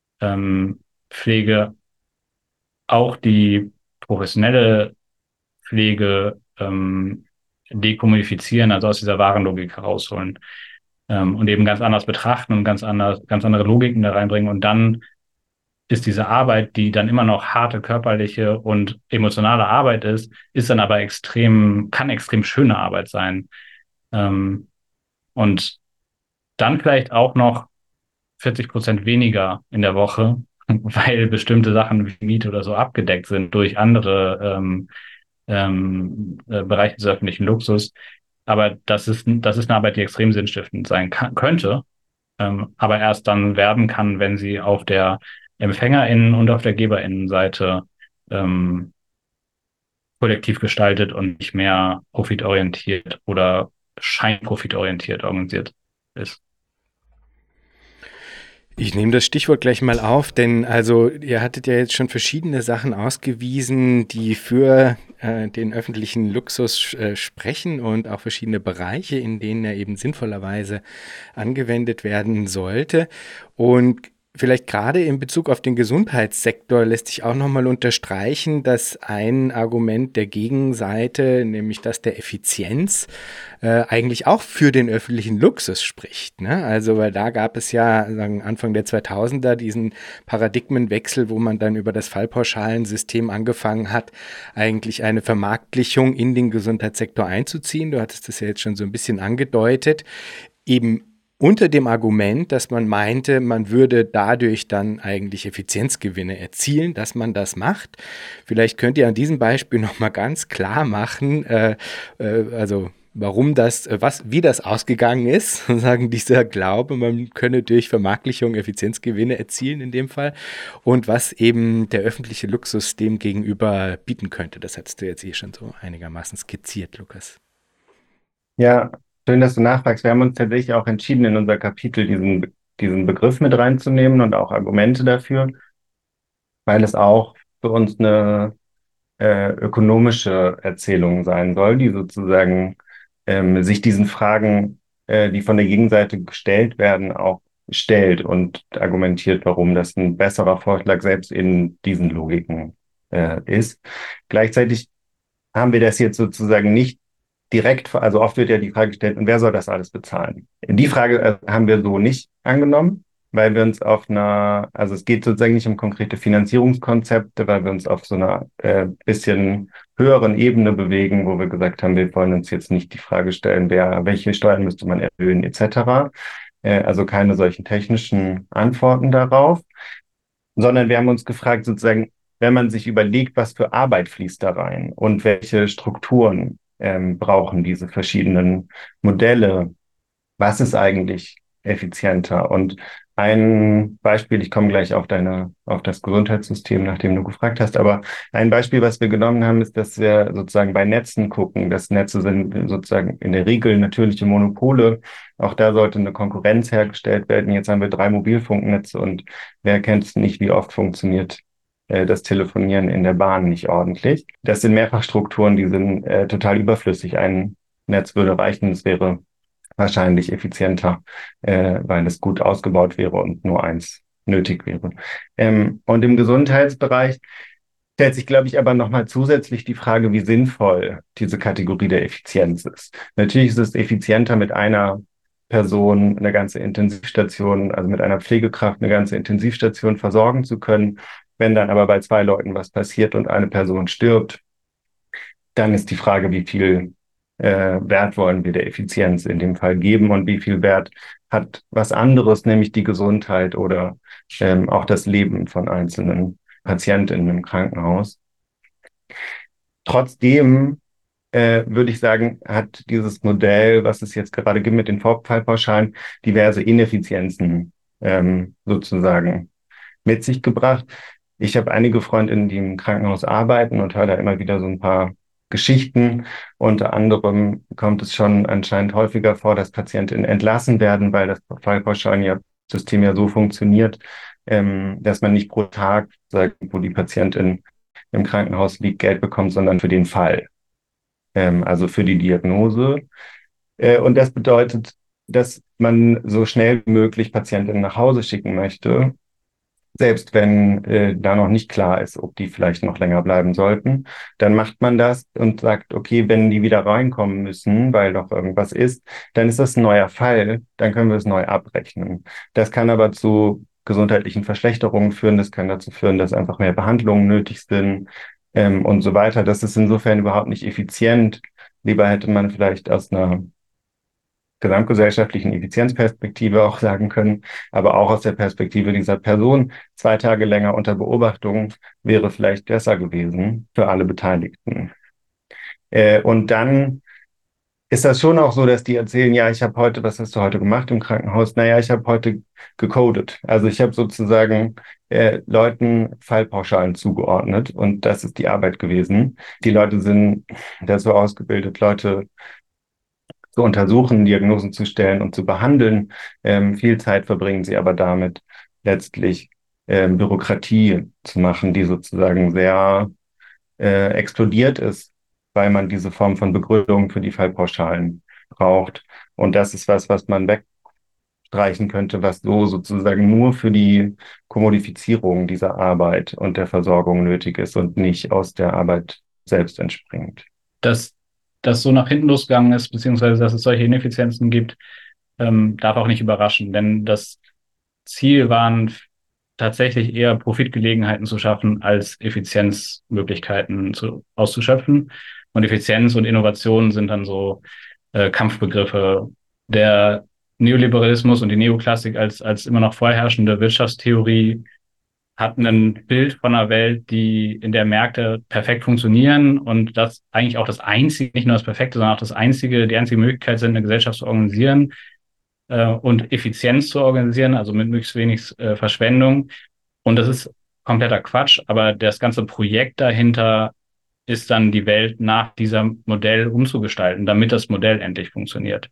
Pflege auch die professionelle Pflege dekommodifizieren, also aus dieser Warenlogik herausholen, und eben ganz anders betrachten und ganz andere Logiken da reinbringen. Und dann ist diese Arbeit, die dann immer noch harte körperliche und emotionale Arbeit ist dann aber kann extrem schöne Arbeit sein. Ähm, und dann vielleicht auch noch 40% weniger in der Woche, weil bestimmte Sachen wie Miete oder so abgedeckt sind durch andere Bereiche des öffentlichen Luxus. Aber das ist eine Arbeit, die extrem sinnstiftend sein könnte, aber erst dann werden kann, wenn sie auf der EmpfängerInnen- und auf der GeberInnenseite ähm, kollektiv gestaltet und nicht mehr profitorientiert oder scheinprofitorientiert organisiert. ist. Ich nehme das Stichwort gleich mal auf, denn also ihr hattet ja jetzt schon verschiedene Sachen ausgewiesen, die für den öffentlichen Luxus sprechen und auch verschiedene Bereiche, in denen er eben sinnvollerweise angewendet werden sollte. Und vielleicht gerade in Bezug auf den Gesundheitssektor lässt sich auch nochmal unterstreichen, dass ein Argument der Gegenseite, nämlich das der Effizienz, eigentlich auch für den öffentlichen Luxus spricht. Ne? Also, weil da gab es ja sagen, Anfang der 2000er diesen Paradigmenwechsel, wo man dann über das Fallpauschalensystem angefangen hat, eigentlich eine Vermarktlichung in den Gesundheitssektor einzuziehen. Du hattest das ja jetzt schon so ein bisschen angedeutet. Eben unter dem Argument, dass man meinte, man würde dadurch dann eigentlich Effizienzgewinne erzielen, dass man das macht. Vielleicht könnt ihr an diesem Beispiel nochmal ganz klar machen, also warum das, wie das ausgegangen ist, sozusagen dieser Glaube, man könne durch Vermarktlichung Effizienzgewinne erzielen in dem Fall und was eben der öffentliche Luxus dem gegenüber bieten könnte. Das hattest du jetzt hier schon so einigermaßen skizziert, Lukas. Ja, schön, dass du nachfragst. Wir haben uns tatsächlich auch entschieden, in unser Kapitel diesen Begriff mit reinzunehmen und auch Argumente dafür, weil es auch für uns eine ökonomische Erzählung sein soll, die sozusagen sich diesen Fragen, die von der Gegenseite gestellt werden, auch stellt und argumentiert, warum das ein besserer Vorschlag selbst in diesen Logiken ist. Gleichzeitig haben wir das jetzt sozusagen nicht direkt, also oft wird ja die Frage gestellt, und wer soll das alles bezahlen? Die Frage haben wir so nicht angenommen, weil wir uns auf einer, also es geht sozusagen nicht um konkrete Finanzierungskonzepte, weil wir uns auf so einer bisschen höheren Ebene bewegen, wo wir gesagt haben, wir wollen uns jetzt nicht die Frage stellen, welche Steuern müsste man erhöhen, etc. Also keine solchen technischen Antworten darauf, sondern wir haben uns gefragt, sozusagen, wenn man sich überlegt, was für Arbeit fließt da rein und welche Strukturen brauchen diese verschiedenen Modelle, was ist eigentlich effizienter? Und ein Beispiel, ich komme gleich auf auf das Gesundheitssystem, nachdem du gefragt hast, aber ein Beispiel, was wir genommen haben, ist, dass wir sozusagen bei Netzen gucken. Das Netze sind sozusagen in der Regel natürliche Monopole. Auch da sollte eine Konkurrenz hergestellt werden. Jetzt haben wir 3 Mobilfunknetze und wer kennt es nicht, wie oft funktioniert das Telefonieren in der Bahn nicht ordentlich. Das sind Mehrfachstrukturen, die sind total überflüssig. Ein Netz würde reichen, es wäre wahrscheinlich effizienter, weil es gut ausgebaut wäre und nur eins nötig wäre. Und im Gesundheitsbereich stellt sich, glaube ich, aber nochmal zusätzlich die Frage, wie sinnvoll diese Kategorie der Effizienz ist. Natürlich ist es effizienter, mit einer Person eine ganze Intensivstation, also mit einer Pflegekraft eine ganze Intensivstation versorgen zu können. Wenn dann aber bei 2 Leuten was passiert und eine Person stirbt, dann ist die Frage, wie viel Wert wollen wir der Effizienz in dem Fall geben und wie viel Wert hat was anderes, nämlich die Gesundheit oder auch das Leben von einzelnen Patientinnen im Krankenhaus. Trotzdem würde ich sagen, hat dieses Modell, was es jetzt gerade gibt mit den Fallpauschalen, diverse Ineffizienzen sozusagen mit sich gebracht. Ich habe einige Freundinnen, die im Krankenhaus arbeiten und höre da immer wieder so ein paar Geschichten. Unter anderem kommt es schon anscheinend häufiger vor, dass Patientinnen entlassen werden, weil das Fallpauschalen-System ja so funktioniert, dass man nicht pro Tag, wo die Patientin im Krankenhaus liegt, Geld bekommt, sondern für den Fall, also für die Diagnose. Und das bedeutet, dass man so schnell wie möglich Patientinnen nach Hause schicken möchte, selbst wenn da noch nicht klar ist, ob die vielleicht noch länger bleiben sollten, dann macht man das und sagt, okay, wenn die wieder reinkommen müssen, weil noch irgendwas ist, dann ist das ein neuer Fall, dann können wir es neu abrechnen. Das kann aber zu gesundheitlichen Verschlechterungen führen, das kann dazu führen, dass einfach mehr Behandlungen nötig sind und so weiter. Das ist insofern überhaupt nicht effizient. Lieber hätte man vielleicht aus einer gesamtgesellschaftlichen Effizienzperspektive auch sagen können, aber auch aus der Perspektive dieser Person, 2 Tage länger unter Beobachtung wäre vielleicht besser gewesen für alle Beteiligten. Und dann ist das schon auch so, dass die erzählen, ja, ich habe heute, was hast du heute gemacht im Krankenhaus? Naja, ich habe heute gecodet. Also ich habe sozusagen Leuten Fallpauschalen zugeordnet und das ist die Arbeit gewesen. Die Leute sind dazu ausgebildet, Leute zu untersuchen, Diagnosen zu stellen und zu behandeln. Viel Zeit verbringen sie aber damit, letztlich Bürokratie zu machen, die sozusagen sehr explodiert ist, weil man diese Form von Begründung für die Fallpauschalen braucht. Und das ist was man wegstreichen könnte, was so sozusagen nur für die Kommodifizierung dieser Arbeit und der Versorgung nötig ist und nicht aus der Arbeit selbst entspringt. Dass das so nach hinten losgegangen ist, beziehungsweise dass es solche Ineffizienzen gibt, darf auch nicht überraschen, denn das Ziel waren tatsächlich eher Profitgelegenheiten zu schaffen, als Effizienzmöglichkeiten auszuschöpfen. Und Effizienz und Innovation sind dann so Kampfbegriffe. Der Neoliberalismus und die Neoklassik als immer noch vorherrschende Wirtschaftstheorie hat ein Bild von einer Welt, in der Märkte perfekt funktionieren und das eigentlich auch das einzige, nicht nur das Perfekte, sondern auch die einzige Möglichkeit sind, eine Gesellschaft zu organisieren und Effizienz zu organisieren, also mit möglichst wenig Verschwendung. Und das ist kompletter Quatsch, aber das ganze Projekt dahinter ist dann die Welt nach diesem Modell umzugestalten, damit das Modell endlich funktioniert.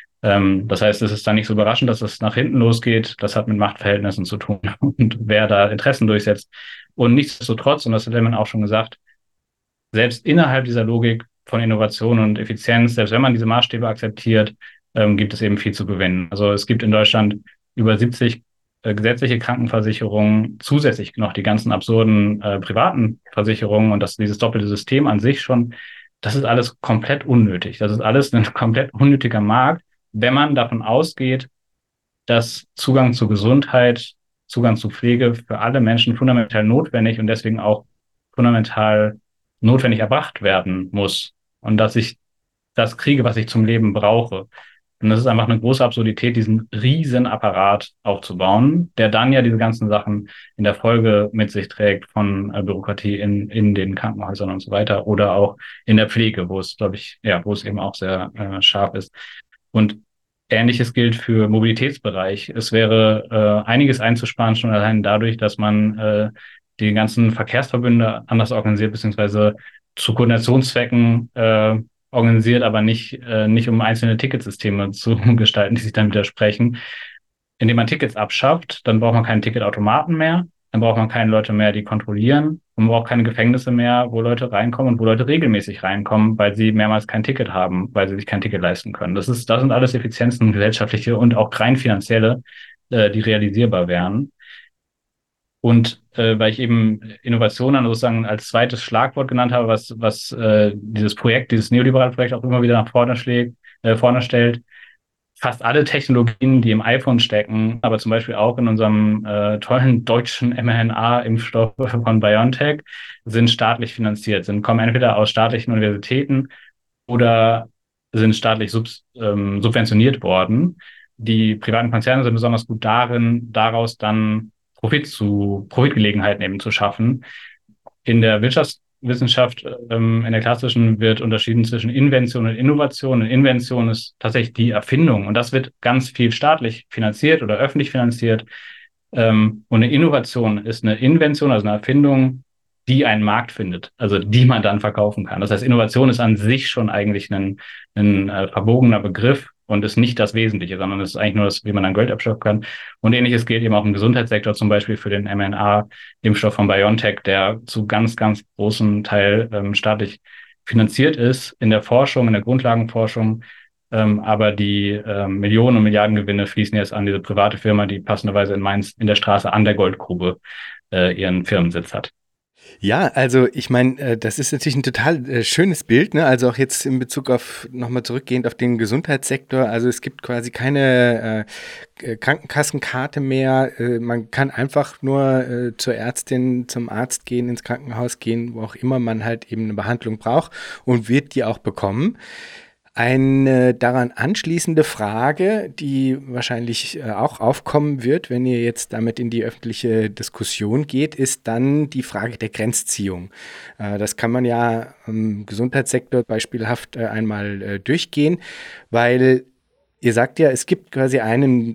Das heißt, es ist dann nicht so überraschend, dass es nach hinten losgeht. Das hat mit Machtverhältnissen zu tun und wer da Interessen durchsetzt. Und nichtsdestotrotz, und das hat Lehman auch schon gesagt, selbst innerhalb dieser Logik von Innovation und Effizienz, selbst wenn man diese Maßstäbe akzeptiert, gibt es eben viel zu gewinnen. Also es gibt in Deutschland über 70 gesetzliche Krankenversicherungen, zusätzlich noch die ganzen absurden privaten Versicherungen und dieses doppelte System an sich schon, das ist alles komplett unnötig. Das ist alles ein komplett unnötiger Markt, wenn man davon ausgeht, dass Zugang zu Gesundheit, Zugang zu Pflege für alle Menschen fundamental notwendig und deswegen auch fundamental notwendig erbracht werden muss. Und dass ich das kriege, was ich zum Leben brauche. Und das ist einfach eine große Absurdität, diesen riesen Apparat aufzubauen, der dann ja diese ganzen Sachen in der Folge mit sich trägt von Bürokratie in den Krankenhäusern und so weiter oder auch in der Pflege, wo es, glaube ich, ja, wo es eben auch sehr scharf ist. Und Ähnliches gilt für Mobilitätsbereich. Es wäre einiges einzusparen, schon allein dadurch, dass man die ganzen Verkehrsverbünde anders organisiert, beziehungsweise zu Koordinationszwecken organisiert, aber nicht um einzelne Ticketsysteme zu gestalten, die sich dann widersprechen. Indem man Tickets abschafft, dann braucht man keinen Ticketautomaten mehr, dann braucht man keine Leute mehr, die kontrollieren und man braucht keine Gefängnisse mehr, wo Leute reinkommen und wo Leute regelmäßig reinkommen, weil sie mehrmals kein Ticket haben, weil sie sich kein Ticket leisten können. Das sind alles Effizienzen, gesellschaftliche und auch rein finanzielle, die realisierbar wären. Und weil ich eben Innovationen sozusagen als zweites Schlagwort genannt habe, was dieses neoliberale Projekt auch immer wieder nach vorne stellt, fast alle Technologien, die im iPhone stecken, aber zum Beispiel auch in unserem tollen deutschen mRNA-Impfstoff von BioNTech, sind staatlich finanziert, kommen entweder aus staatlichen Universitäten oder sind staatlich subventioniert worden. Die privaten Konzerne sind besonders gut darin, daraus dann Profitgelegenheiten eben zu schaffen. In der Wirtschaftswissenschaft, in der klassischen, wird unterschieden zwischen Invention und Innovation. Und Invention ist tatsächlich die Erfindung. Und das wird ganz viel staatlich finanziert oder öffentlich finanziert. Und eine Innovation ist eine Invention, also eine Erfindung, die einen Markt findet, also die man dann verkaufen kann. Das heißt, Innovation ist an sich schon eigentlich ein verbogener Begriff und ist nicht das Wesentliche, sondern es ist eigentlich nur das, wie man dann Geld abschöpfen kann. Und Ähnliches gilt eben auch im Gesundheitssektor, zum Beispiel für den mRNA-Impfstoff von BioNTech, der zu ganz, ganz großem Teil staatlich finanziert ist in der Forschung, in der Grundlagenforschung. Aber die Millionen und Milliarden Gewinne fließen jetzt an diese private Firma, die passenderweise in Mainz in der Straße an der Goldgrube ihren Firmensitz hat. Ja, also ich meine, das ist natürlich ein total schönes Bild, ne? Also auch jetzt in Bezug auf, nochmal zurückgehend auf den Gesundheitssektor. Also es gibt quasi keine Krankenkassenkarte mehr. Man kann einfach nur zur Ärztin, zum Arzt gehen, ins Krankenhaus gehen, wo auch immer man halt eben eine Behandlung braucht und wird die auch bekommen. Eine daran anschließende Frage, die wahrscheinlich auch aufkommen wird, wenn ihr jetzt damit in die öffentliche Diskussion geht, ist dann die Frage der Grenzziehung. Das kann man ja im Gesundheitssektor beispielhaft einmal durchgehen, weil ihr sagt ja, es gibt quasi einen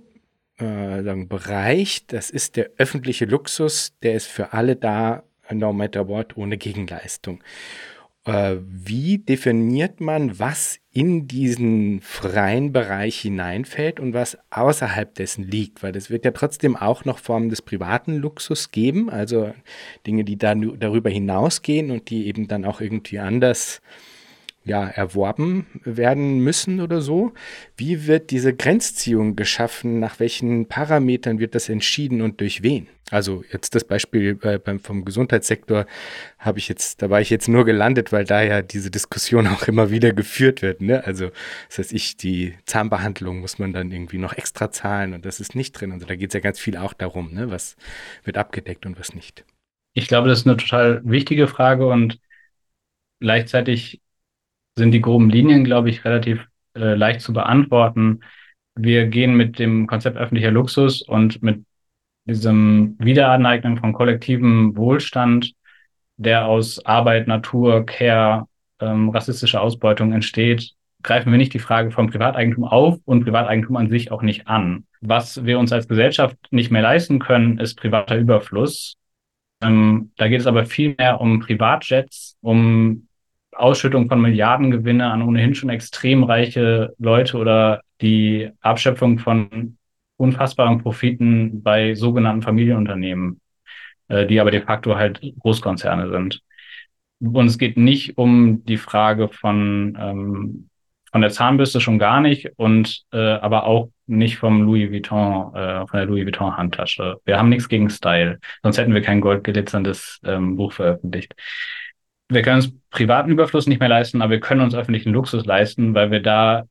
Bereich, das ist der öffentliche Luxus, der ist für alle da, no matter what, ohne Gegenleistung. Wie definiert man, was in diesen freien Bereich hineinfällt und was außerhalb dessen liegt? Weil es wird ja trotzdem auch noch Formen des privaten Luxus geben, also Dinge, die dann darüber hinausgehen und die eben dann auch irgendwie anders erworben werden müssen oder so. Wie wird diese Grenzziehung geschaffen? Nach welchen Parametern wird das entschieden und durch wen? Also jetzt das Beispiel vom Gesundheitssektor da war ich jetzt nur gelandet, weil da ja diese Diskussion auch immer wieder geführt wird. Ne? Also das heißt, die Zahnbehandlung muss man dann irgendwie noch extra zahlen und das ist nicht drin. Also da geht es ja ganz viel auch darum, ne? Was wird abgedeckt und was nicht. Ich glaube, das ist eine total wichtige Frage und gleichzeitig sind die groben Linien, glaube ich, relativ leicht zu beantworten. Wir gehen mit dem Konzept öffentlicher Luxus und mit diesem Wiederaneignen von kollektivem Wohlstand, der aus Arbeit, Natur, Care, rassistischer Ausbeutung entsteht, greifen wir nicht die Frage vom Privateigentum auf und Privateigentum an sich auch nicht an. Was wir uns als Gesellschaft nicht mehr leisten können, ist privater Überfluss. Da geht es aber viel mehr um Privatjets, um Ausschüttung von Milliardengewinne an ohnehin schon extrem reiche Leute oder die Abschöpfung von unfassbaren Profiten bei sogenannten Familienunternehmen, die aber de facto halt Großkonzerne sind. Und es geht nicht um die Frage von der Zahnbürste schon gar nicht und aber auch nicht vom Louis Vuitton, von der Louis Vuitton Handtasche. Wir haben nichts gegen Style, sonst hätten wir kein goldglitzerndes Buch veröffentlicht. Wir können uns privaten Überfluss nicht mehr leisten, aber wir können uns öffentlichen Luxus leisten, weil wir da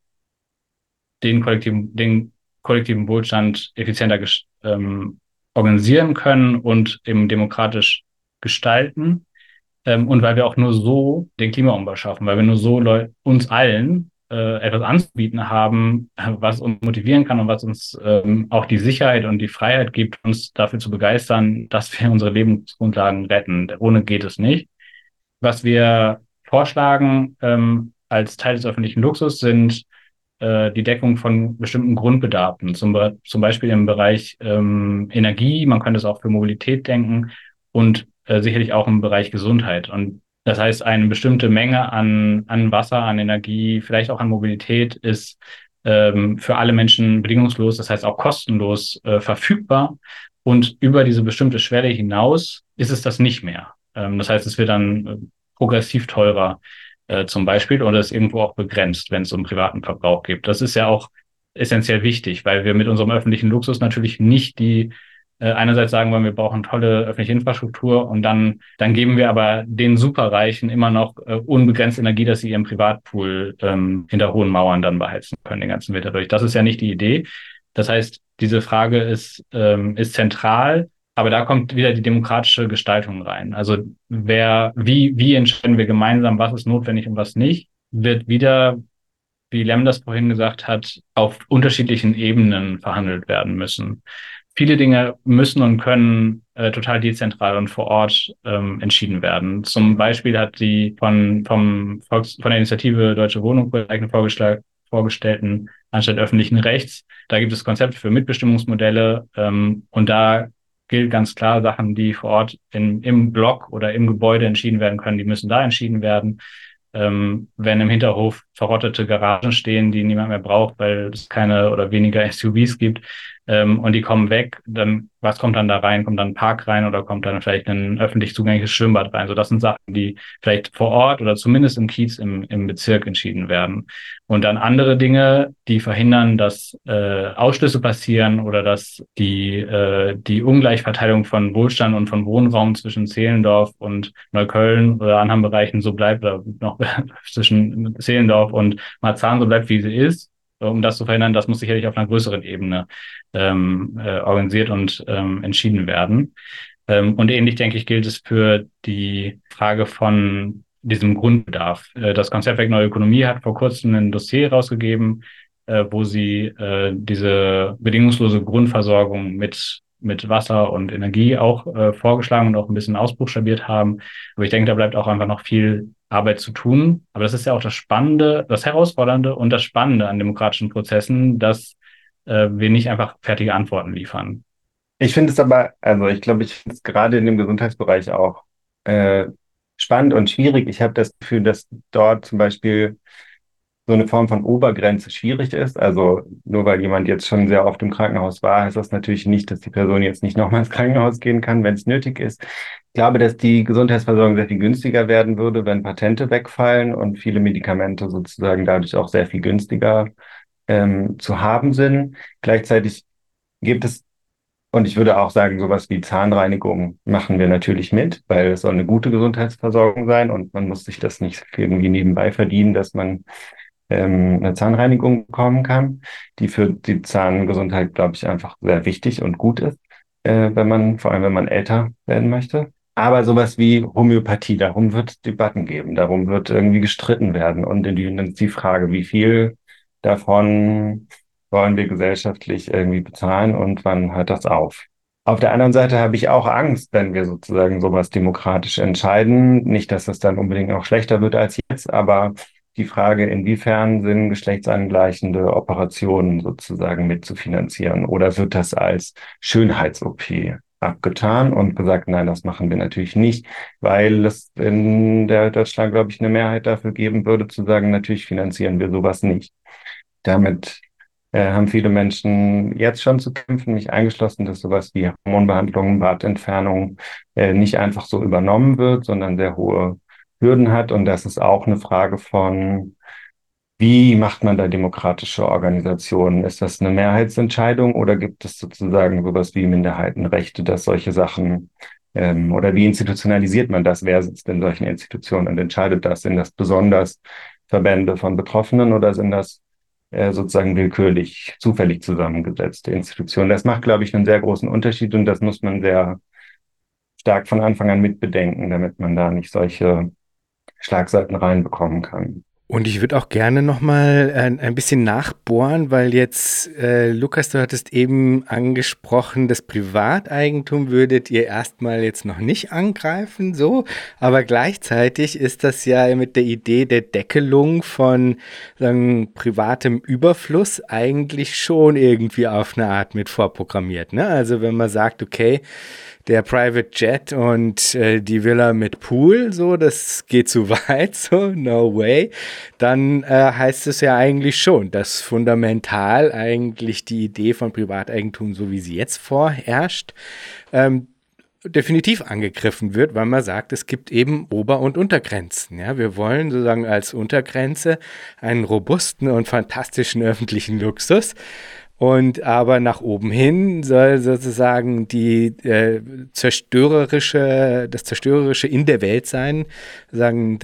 den kollektiven Wohlstand effizienter organisieren können und eben demokratisch gestalten. Und weil wir auch nur so den Klimaumbau schaffen, weil wir nur so uns allen etwas anzubieten haben, was uns motivieren kann und was uns auch die Sicherheit und die Freiheit gibt, uns dafür zu begeistern, dass wir unsere Lebensgrundlagen retten. Ohne geht es nicht. Was wir vorschlagen als Teil des öffentlichen Luxus sind die Deckung von bestimmten Grundbedarfen, zum Beispiel im Bereich Energie, man könnte es auch für Mobilität denken und sicherlich auch im Bereich Gesundheit. Und das heißt, eine bestimmte Menge an Wasser, an Energie, vielleicht auch an Mobilität ist für alle Menschen bedingungslos, das heißt auch kostenlos verfügbar. Und über diese bestimmte Schwelle hinaus ist es das nicht mehr. Das heißt, es wird dann progressiv teurer zum Beispiel oder ist irgendwo auch begrenzt, wenn es um privaten Verbrauch geht. Das ist ja auch essentiell wichtig, weil wir mit unserem öffentlichen Luxus natürlich nicht einerseits sagen wollen, wir brauchen tolle öffentliche Infrastruktur und dann geben wir aber den Superreichen immer noch unbegrenzt Energie, dass sie ihren Privatpool hinter hohen Mauern dann beheizen können, den ganzen Winter durch. Das ist ja nicht die Idee. Das heißt, diese Frage ist zentral. Aber da kommt wieder die demokratische Gestaltung rein. Also wie entscheiden wir gemeinsam, was ist notwendig und was nicht, wird wieder, wie Lem das vorhin gesagt hat, auf unterschiedlichen Ebenen verhandelt werden müssen. Viele Dinge müssen und können total dezentral und vor Ort entschieden werden. Zum Beispiel hat die von der Initiative Deutsche Wohnung vorgestellten Anstalt öffentlichen Rechts, da gibt es Konzepte für Mitbestimmungsmodelle und da gilt ganz klar, Sachen, die vor Ort im Block oder im Gebäude entschieden werden können, die müssen da entschieden werden. Wenn im Hinterhof verrottete Garagen stehen, die niemand mehr braucht, weil es keine oder weniger SUVs gibt, und die kommen weg, dann was kommt dann da rein? Kommt dann ein Park rein oder kommt dann vielleicht ein öffentlich zugängliches Schwimmbad rein? So, das sind Sachen, die vielleicht vor Ort oder zumindest im Kiez im Bezirk entschieden werden. Und dann andere Dinge, die verhindern, dass Ausschlüsse passieren oder dass die Ungleichverteilung von Wohlstand und von Wohnraum zwischen Zehlendorf und Neukölln oder anderen Bereichen so bleibt, oder noch zwischen Zehlendorf und Marzahn so bleibt, wie sie ist. Um das zu verhindern, das muss sicherlich auf einer größeren Ebene organisiert und entschieden werden. Und ähnlich, denke ich, gilt es für die Frage von diesem Grundbedarf. Das Konzeptwerk Neue Ökonomie hat vor kurzem ein Dossier rausgegeben, wo sie diese bedingungslose Grundversorgung mit Wasser und Energie auch vorgeschlagen und auch ein bisschen ausbuchstabiert haben. Aber ich denke, da bleibt auch einfach noch viel Arbeit zu tun. Aber das ist ja auch das Spannende, das Herausfordernde und das Spannende an demokratischen Prozessen, dass wir nicht einfach fertige Antworten liefern. Ich finde es aber, also ich glaube, ich finde es gerade in dem Gesundheitsbereich auch spannend und schwierig. Ich habe das Gefühl, dass dort zum Beispiel so eine Form von Obergrenze schwierig ist. Also nur weil jemand jetzt schon sehr oft im Krankenhaus war, heißt das natürlich nicht, dass die Person jetzt nicht nochmal ins Krankenhaus gehen kann, wenn es nötig ist. Ich glaube, dass die Gesundheitsversorgung sehr viel günstiger werden würde, wenn Patente wegfallen und viele Medikamente sozusagen dadurch auch sehr viel günstiger zu haben sind. Gleichzeitig gibt es, und ich würde auch sagen, sowas wie Zahnreinigung machen wir natürlich mit, weil es soll eine gute Gesundheitsversorgung sein und man muss sich das nicht irgendwie nebenbei verdienen, dass man eine Zahnreinigung bekommen kann, die für die Zahngesundheit, glaube ich, einfach sehr wichtig und gut ist, vor allem wenn man älter werden möchte. Aber sowas wie Homöopathie, darum wird es Debatten geben, darum wird irgendwie gestritten werden. Und dann ist die Frage, wie viel davon wollen wir gesellschaftlich irgendwie bezahlen und wann hört das auf? Auf der anderen Seite habe ich auch Angst, wenn wir sozusagen sowas demokratisch entscheiden. Nicht, dass es dann unbedingt noch schlechter wird als jetzt, aber die Frage, inwiefern sind geschlechtsangleichende Operationen sozusagen mitzufinanzieren oder wird das als Schönheits-OP abgetan und gesagt, nein, das machen wir natürlich nicht, weil es in der Deutschland, glaube ich, eine Mehrheit dafür geben würde, zu sagen, natürlich finanzieren wir sowas nicht. Damit haben viele Menschen jetzt schon zu kämpfen, mich eingeschlossen, dass sowas wie Hormonbehandlung, Bartentfernung nicht einfach so übernommen wird, sondern sehr hohe Hürden hat. Und das ist auch eine Frage von, wie macht man da demokratische Organisationen? Ist das eine Mehrheitsentscheidung oder gibt es sozusagen sowas wie Minderheitenrechte, dass solche Sachen oder wie institutionalisiert man das? Wer sitzt in solchen Institutionen und entscheidet das? Sind das besonders Verbände von Betroffenen oder sind das sozusagen willkürlich, zufällig zusammengesetzte Institutionen? Das macht, glaube ich, einen sehr großen Unterschied und das muss man sehr stark von Anfang an mitbedenken, damit man da nicht solche Schlagseiten reinbekommen kann. Und ich würde auch gerne nochmal ein bisschen nachbohren, weil jetzt, Lukas, du hattest eben angesprochen, das Privateigentum würdet ihr erstmal jetzt noch nicht angreifen, so, aber gleichzeitig ist das ja mit der Idee der Deckelung von sagen, privatem Überfluss eigentlich schon irgendwie auf eine Art mit vorprogrammiert, ne? Also wenn man sagt, okay, der Private Jet und die Villa mit Pool, so, das geht zu weit, so, no way, dann heißt es ja eigentlich schon, dass fundamental eigentlich die Idee von Privateigentum, so wie sie jetzt vorherrscht, definitiv angegriffen wird, weil man sagt, es gibt eben Ober- und Untergrenzen. Ja, wir wollen sozusagen als Untergrenze einen robusten und fantastischen öffentlichen Luxus. Und aber nach oben hin soll sozusagen das Zerstörerische in der Welt sein, sagen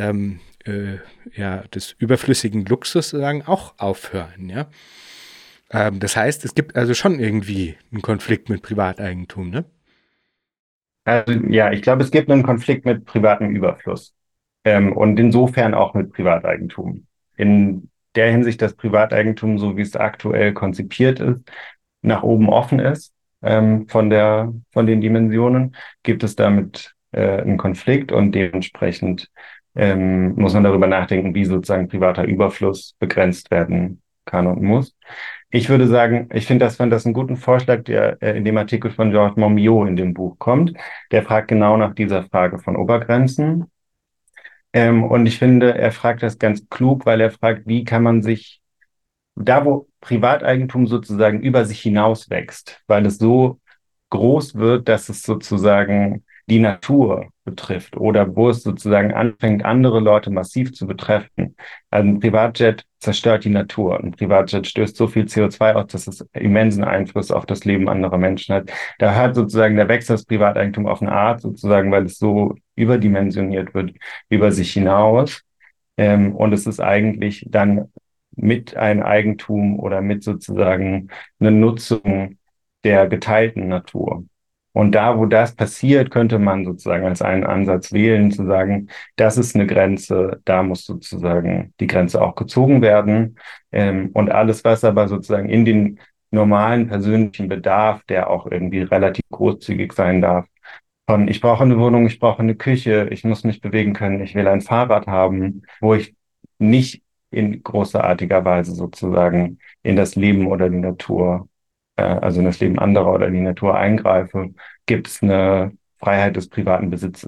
des überflüssigen Luxus sozusagen auch aufhören. Ja? Das heißt, es gibt also schon irgendwie einen Konflikt mit Privateigentum, ne? Also, ja, ich glaube, es gibt einen Konflikt mit privatem Überfluss und insofern auch mit Privateigentum. In der Hinsicht, dass Privateigentum, so wie es aktuell konzipiert ist, nach oben offen ist von den Dimensionen, gibt es damit einen Konflikt und dementsprechend muss man darüber nachdenken, wie sozusagen privater Überfluss begrenzt werden kann und muss. Ich würde sagen, fand das einen guten Vorschlag, der in dem Artikel von Georges Monbiot in dem Buch kommt. Der fragt genau nach dieser Frage von Obergrenzen. Und ich finde, er fragt das ganz klug, weil er fragt, wie kann man sich da, wo Privateigentum sozusagen über sich hinaus wächst, weil es so groß wird, dass es sozusagen die Natur betrifft oder wo es sozusagen anfängt, andere Leute massiv zu betreffen. Also ein Privatjet zerstört die Natur. Ein Privatjet stößt so viel CO2 aus, dass es immensen Einfluss auf das Leben anderer Menschen hat. Da hört sozusagen der Wechsel des Privateigentum auf eine Art sozusagen, weil es so überdimensioniert wird, über sich hinaus. Und es ist eigentlich dann mit ein Eigentum oder mit sozusagen eine Nutzung der geteilten Natur. Und da, wo das passiert, könnte man sozusagen als einen Ansatz wählen, zu sagen, das ist eine Grenze, da muss sozusagen die Grenze auch gezogen werden. Und alles, was aber sozusagen in den normalen persönlichen Bedarf, der auch irgendwie relativ großzügig sein darf, von ich brauche eine Wohnung, ich brauche eine Küche, ich muss mich bewegen können, ich will ein Fahrrad haben, wo ich nicht in großartiger Weise sozusagen in das Leben oder die Natur, also in das Leben anderer oder die Natur eingreife, gibt es eine Freiheit des privaten Besitzes.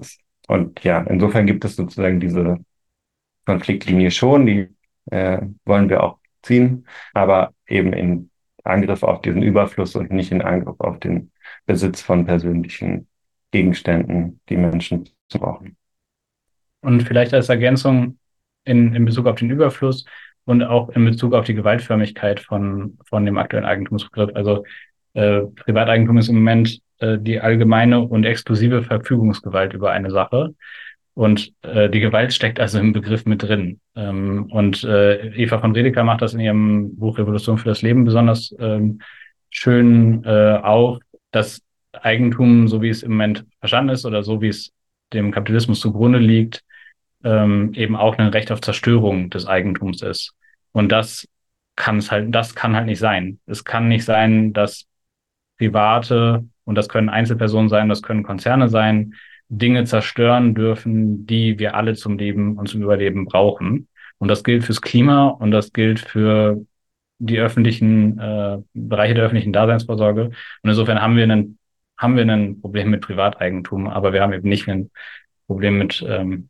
Und ja, insofern gibt es sozusagen diese Konfliktlinie schon, die wollen wir auch ziehen, aber eben in Angriff auf diesen Überfluss und nicht in Angriff auf den Besitz von persönlichen Gegenständen, die Menschen brauchen. Und vielleicht als Ergänzung in Bezug auf den Überfluss und auch in Bezug auf die Gewaltförmigkeit von dem aktuellen Eigentumsbegriff. Also Privateigentum ist im Moment die allgemeine und exklusive Verfügungsgewalt über eine Sache. Und die Gewalt steckt also im Begriff mit drin. Und Eva von Redeker macht das in ihrem Buch Revolution für das Leben besonders schön auf, dass Eigentum, so wie es im Moment verstanden ist oder so wie es dem Kapitalismus zugrunde liegt, eben auch ein Recht auf Zerstörung des Eigentums ist. Und das kann halt nicht sein. Es kann nicht sein, dass Private, und das können Einzelpersonen sein, das können Konzerne sein, Dinge zerstören dürfen, die wir alle zum Leben und zum Überleben brauchen. Und das gilt fürs Klima und das gilt für die öffentlichen Bereiche der öffentlichen Daseinsvorsorge. Und insofern haben wir ein Problem mit Privateigentum, aber wir haben eben nicht ein Problem mit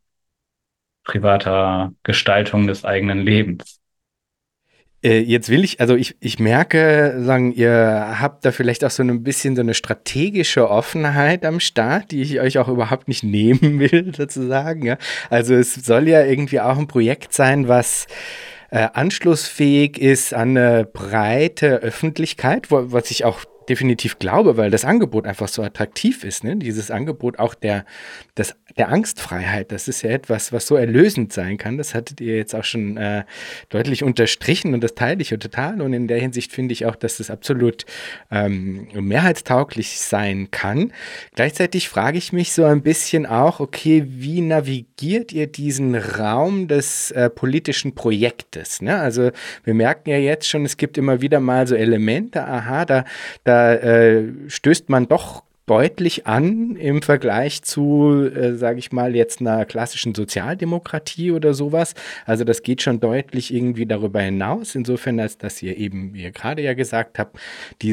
privater Gestaltung des eigenen Lebens. Jetzt will ich merke, sagen, ihr habt da vielleicht auch so ein bisschen so eine strategische Offenheit am Start, die ich euch auch überhaupt nicht nehmen will, sozusagen. Ja. Also es soll ja irgendwie auch ein Projekt sein, was anschlussfähig ist an eine breite Öffentlichkeit, was ich auch definitiv glaube, weil das Angebot einfach so attraktiv ist. Ne? Dieses Angebot auch der Angstfreiheit, das ist ja etwas, was so erlösend sein kann. Das hattet ihr jetzt auch schon deutlich unterstrichen und das teile ich ja total. Und in der Hinsicht finde ich auch, dass das absolut mehrheitstauglich sein kann. Gleichzeitig frage ich mich so ein bisschen auch, okay, wie navigiert ihr diesen Raum des politischen Projektes? Ne? Also wir merken ja jetzt schon, es gibt immer wieder mal so Elemente, aha, da stößt man doch deutlich an im Vergleich zu, sage ich mal, jetzt einer klassischen Sozialdemokratie oder sowas. Also das geht schon deutlich irgendwie darüber hinaus, insofern, als dass ihr eben, wie ihr gerade ja gesagt habt,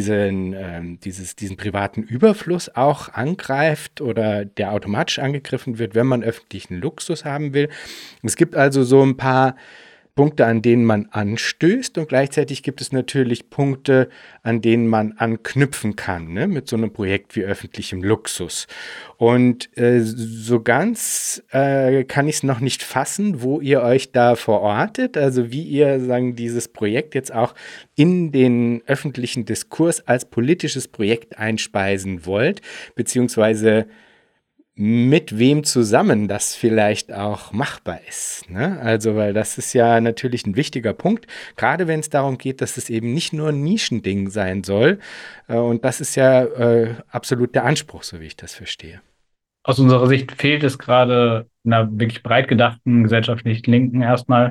diesen privaten Überfluss auch angreift oder der automatisch angegriffen wird, wenn man öffentlichen Luxus haben will. Es gibt also so ein paar Punkte, an denen man anstößt und gleichzeitig gibt es natürlich Punkte, an denen man anknüpfen kann, ne, mit so einem Projekt wie öffentlichem Luxus. Und so ganz kann ich es noch nicht fassen, wo ihr euch da verortet, also wie ihr sagen, dieses Projekt jetzt auch in den öffentlichen Diskurs als politisches Projekt einspeisen wollt, beziehungsweise mit wem zusammen das vielleicht auch machbar ist. Ne? Also, weil das ist ja natürlich ein wichtiger Punkt, gerade wenn es darum geht, dass es eben nicht nur ein Nischending sein soll. Und das ist ja absolut der Anspruch, so wie ich das verstehe. Aus unserer Sicht fehlt es gerade einer wirklich breit gedachten gesellschaftlich Linken erstmal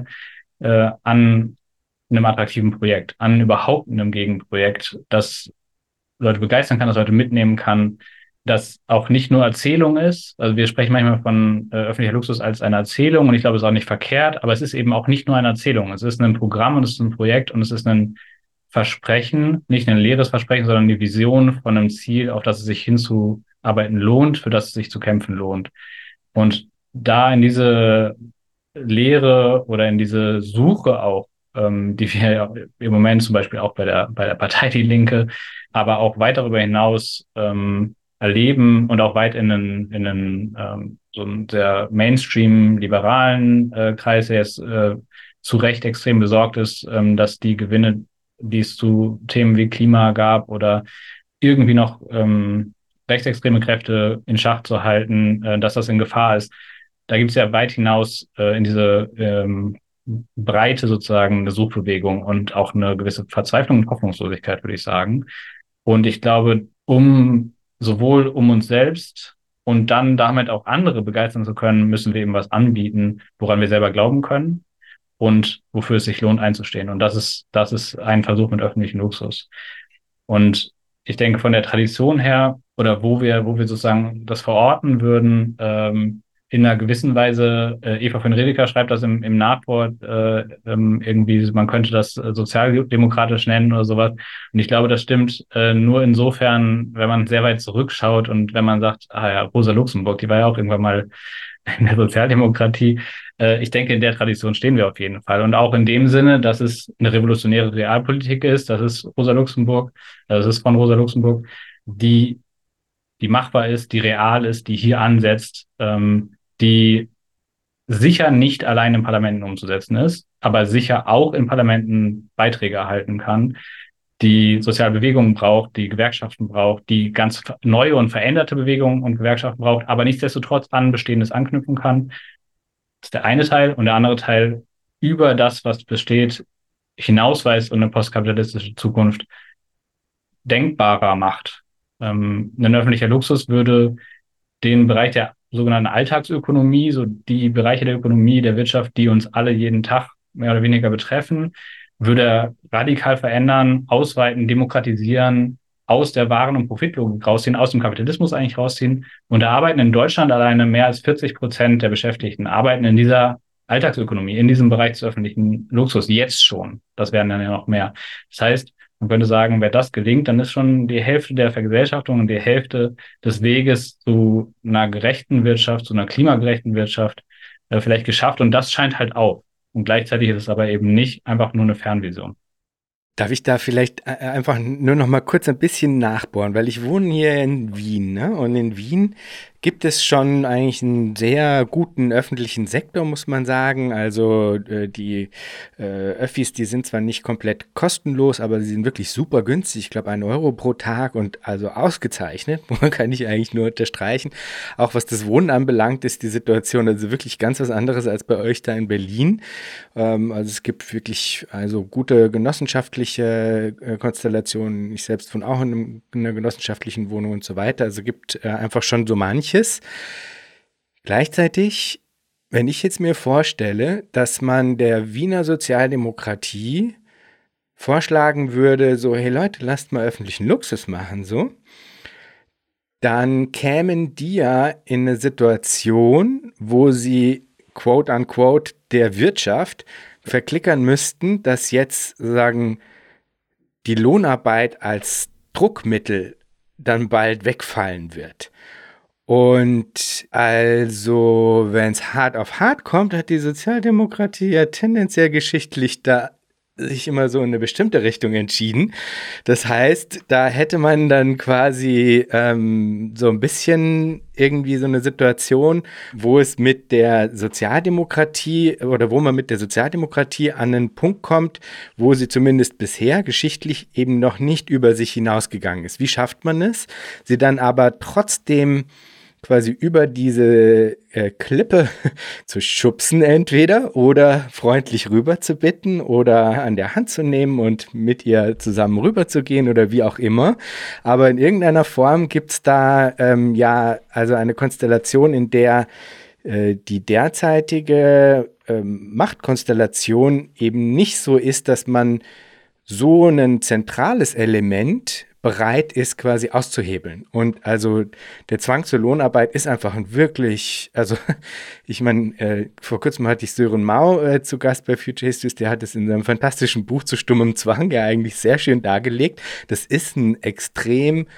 an einem attraktiven Projekt, an überhaupt einem Gegenprojekt, das Leute begeistern kann, das Leute mitnehmen kann, das auch nicht nur Erzählung ist. Also wir sprechen manchmal von öffentlicher Luxus als eine Erzählung und ich glaube, es ist auch nicht verkehrt, aber es ist eben auch nicht nur eine Erzählung. Es ist ein Programm und es ist ein Projekt und es ist ein Versprechen, nicht ein leeres Versprechen, sondern die Vision von einem Ziel, auf das es sich hinzuarbeiten lohnt, für das es sich zu kämpfen lohnt. Und da in diese Lehre oder in diese Suche auch, die wir ja im Moment zum Beispiel auch bei der Partei Die Linke, aber auch weit darüber hinaus erleben und auch weit so einen sehr Mainstream-liberalen Kreis, der jetzt zu Recht extrem besorgt ist, dass die Gewinne, die es zu Themen wie Klima gab oder irgendwie noch rechtsextreme Kräfte in Schach zu halten, dass das in Gefahr ist. Da gibt es ja weit hinaus in diese Breite sozusagen eine Suchbewegung und auch eine gewisse Verzweiflung und Hoffnungslosigkeit, würde ich sagen. Und ich glaube, sowohl um uns selbst und dann damit auch andere begeistern zu können, müssen wir eben was anbieten, woran wir selber glauben können und wofür es sich lohnt einzustehen. Und das ist ein Versuch mit öffentlichem Luxus. Und ich denke, von der Tradition her oder wo wir sozusagen das verorten würden, in einer gewissen Weise, Eva von Redeker schreibt das im Nachwort, irgendwie, man könnte das sozialdemokratisch nennen oder sowas. Und ich glaube, das stimmt nur insofern, wenn man sehr weit zurückschaut und wenn man sagt, ah ja, Rosa Luxemburg, die war ja auch irgendwann mal in der Sozialdemokratie. Ich denke, in der Tradition stehen wir auf jeden Fall. Und auch in dem Sinne, dass es eine revolutionäre Realpolitik ist, das ist Rosa Luxemburg, das ist von Rosa Luxemburg, die machbar ist, die real ist, die hier ansetzt, die sicher nicht allein in Parlamenten umzusetzen ist, aber sicher auch in Parlamenten Beiträge erhalten kann, die soziale Bewegungen braucht, die Gewerkschaften braucht, die ganz neue und veränderte Bewegungen und Gewerkschaften braucht, aber nichtsdestotrotz an Bestehendes anknüpfen kann. Das ist der eine Teil. Und der andere Teil über das, was besteht, hinausweist und eine postkapitalistische Zukunft denkbarer macht. Ein öffentlicher Luxus würde den Bereich der sogenannten Alltagsökonomie, so die Bereiche der Ökonomie, der Wirtschaft, die uns alle jeden Tag mehr oder weniger betreffen, würde er radikal verändern, ausweiten, demokratisieren, aus der Waren- und Profitlogik rausziehen, aus dem Kapitalismus eigentlich rausziehen. Und da arbeiten in Deutschland alleine mehr als 40% der Beschäftigten, arbeiten in dieser Alltagsökonomie, in diesem Bereich des öffentlichen Luxus, jetzt schon. Das werden dann ja noch mehr. Das heißt, man könnte sagen, wer das gelingt, dann ist schon die Hälfte der Vergesellschaftung und die Hälfte des Weges zu einer gerechten Wirtschaft, zu einer klimagerechten Wirtschaft vielleicht geschafft. Und das scheint halt auf. Und gleichzeitig ist es aber eben nicht einfach nur eine Fernvision. Darf ich da vielleicht einfach nur noch mal kurz ein bisschen nachbohren, weil ich wohne hier in Wien, ne? Und in Wien gibt es schon eigentlich einen sehr guten öffentlichen Sektor, muss man sagen. Also die Öffis, die sind zwar nicht komplett kostenlos, aber sie sind wirklich super günstig. Ich glaube, 1 Euro pro Tag und also ausgezeichnet, kann ich eigentlich nur unterstreichen. Auch was das Wohnen anbelangt, ist die Situation also wirklich ganz was anderes als bei euch da in Berlin. Also es gibt wirklich also gute genossenschaftliche Konstellationen. Ich selbst wohne auch in einer genossenschaftlichen Wohnung und so weiter. Also gibt einfach schon so manches. Gleichzeitig, wenn ich jetzt mir vorstelle, dass man der Wiener Sozialdemokratie vorschlagen würde, so, hey Leute, lasst mal öffentlichen Luxus machen, so, dann kämen die ja in eine Situation, wo sie, quote unquote, der Wirtschaft verklickern müssten, dass jetzt sagen, die Lohnarbeit als Druckmittel dann bald wegfallen wird. Und also, wenn es hart auf hart kommt, hat die Sozialdemokratie ja tendenziell geschichtlich da sich immer so in eine bestimmte Richtung entschieden. Das heißt, da hätte man dann quasi so ein bisschen irgendwie so eine Situation, wo es mit der Sozialdemokratie oder wo man mit der Sozialdemokratie an einen Punkt kommt, wo sie zumindest bisher geschichtlich eben noch nicht über sich hinausgegangen ist. Wie schafft man es, sie dann aber trotzdem quasi über diese Klippe zu schubsen entweder oder freundlich rüber zu bitten oder an der Hand zu nehmen und mit ihr zusammen rüber zu gehen oder wie auch immer. Aber in irgendeiner Form gibt es da ja also eine Konstellation, in der die derzeitige Machtkonstellation eben nicht so ist, dass man so ein zentrales Element bereit ist, quasi auszuhebeln. Und also der Zwang zur Lohnarbeit ist einfach ein wirklich, also ich meine, vor kurzem hatte ich Sören Mau zu Gast bei Future Histories, der hat es in seinem fantastischen Buch zu stummem Zwang ja eigentlich sehr schön dargelegt. Das ist ein extrem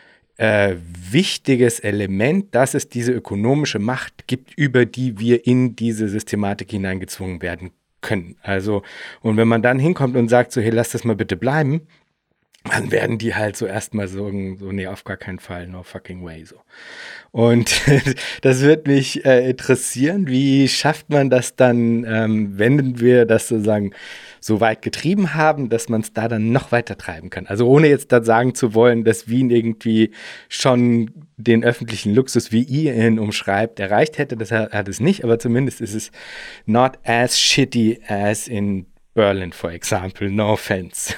wichtiges Element, dass es diese ökonomische Macht gibt, über die wir in diese Systematik hineingezwungen werden können. Also, und wenn man dann hinkommt und sagt so, hey, lass das mal bitte bleiben, dann werden die halt so erstmal so, nee, auf gar keinen Fall, no fucking way, so. Und das wird mich interessieren, wie schafft man das dann, wenn wir das sozusagen so weit getrieben haben, dass man es da dann noch weiter treiben kann. Also ohne jetzt da sagen zu wollen, dass Wien irgendwie schon den öffentlichen Luxus, wie ihr ihn umschreibt, erreicht hätte, das hat es nicht, aber zumindest ist es not as shitty as in Berlin, for example, no offense.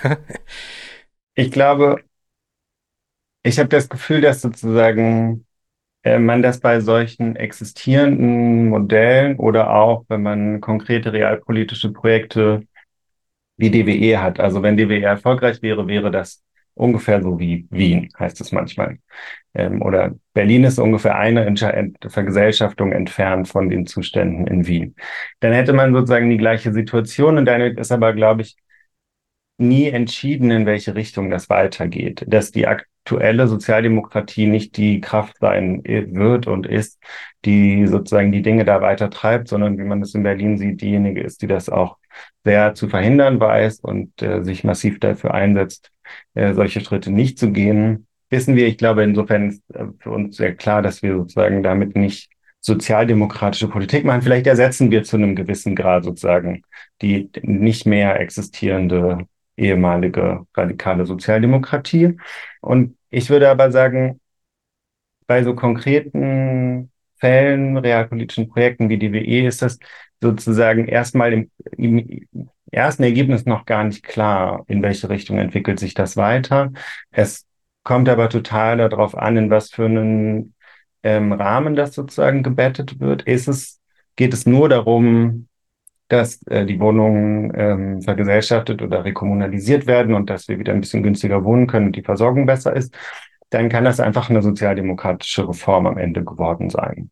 Ich glaube, ich habe das Gefühl, dass sozusagen man das bei solchen existierenden Modellen oder auch, wenn man konkrete realpolitische Projekte wie DWE hat. Also wenn DWE erfolgreich wäre, wäre das ungefähr so wie Wien, heißt es manchmal. Oder Berlin ist ungefähr eine Vergesellschaftung entfernt von den Zuständen in Wien. Dann hätte man sozusagen die gleiche Situation und dann ist aber, glaube ich, nie entschieden, in welche Richtung das weitergeht. Dass die aktuelle Sozialdemokratie nicht die Kraft sein wird und ist, die sozusagen die Dinge da weiter treibt, sondern wie man es in Berlin sieht, diejenige ist, die das auch sehr zu verhindern weiß und sich massiv dafür einsetzt, solche Schritte nicht zu gehen. Wissen wir, ich glaube, insofern ist für uns sehr klar, dass wir sozusagen damit nicht sozialdemokratische Politik machen. Vielleicht ersetzen wir zu einem gewissen Grad sozusagen die nicht mehr existierende ehemalige radikale Sozialdemokratie. Und ich würde aber sagen, bei so konkreten Fällen, realpolitischen Projekten wie die WE ist das sozusagen erstmal im ersten Ergebnis noch gar nicht klar, in welche Richtung entwickelt sich das weiter. Es kommt aber total darauf an, in was für einen Rahmen das sozusagen gebettet wird. Geht es nur darum, dass die Wohnungen vergesellschaftet oder rekommunalisiert werden und dass wir wieder ein bisschen günstiger wohnen können und die Versorgung besser ist, dann kann das einfach eine sozialdemokratische Reform am Ende geworden sein.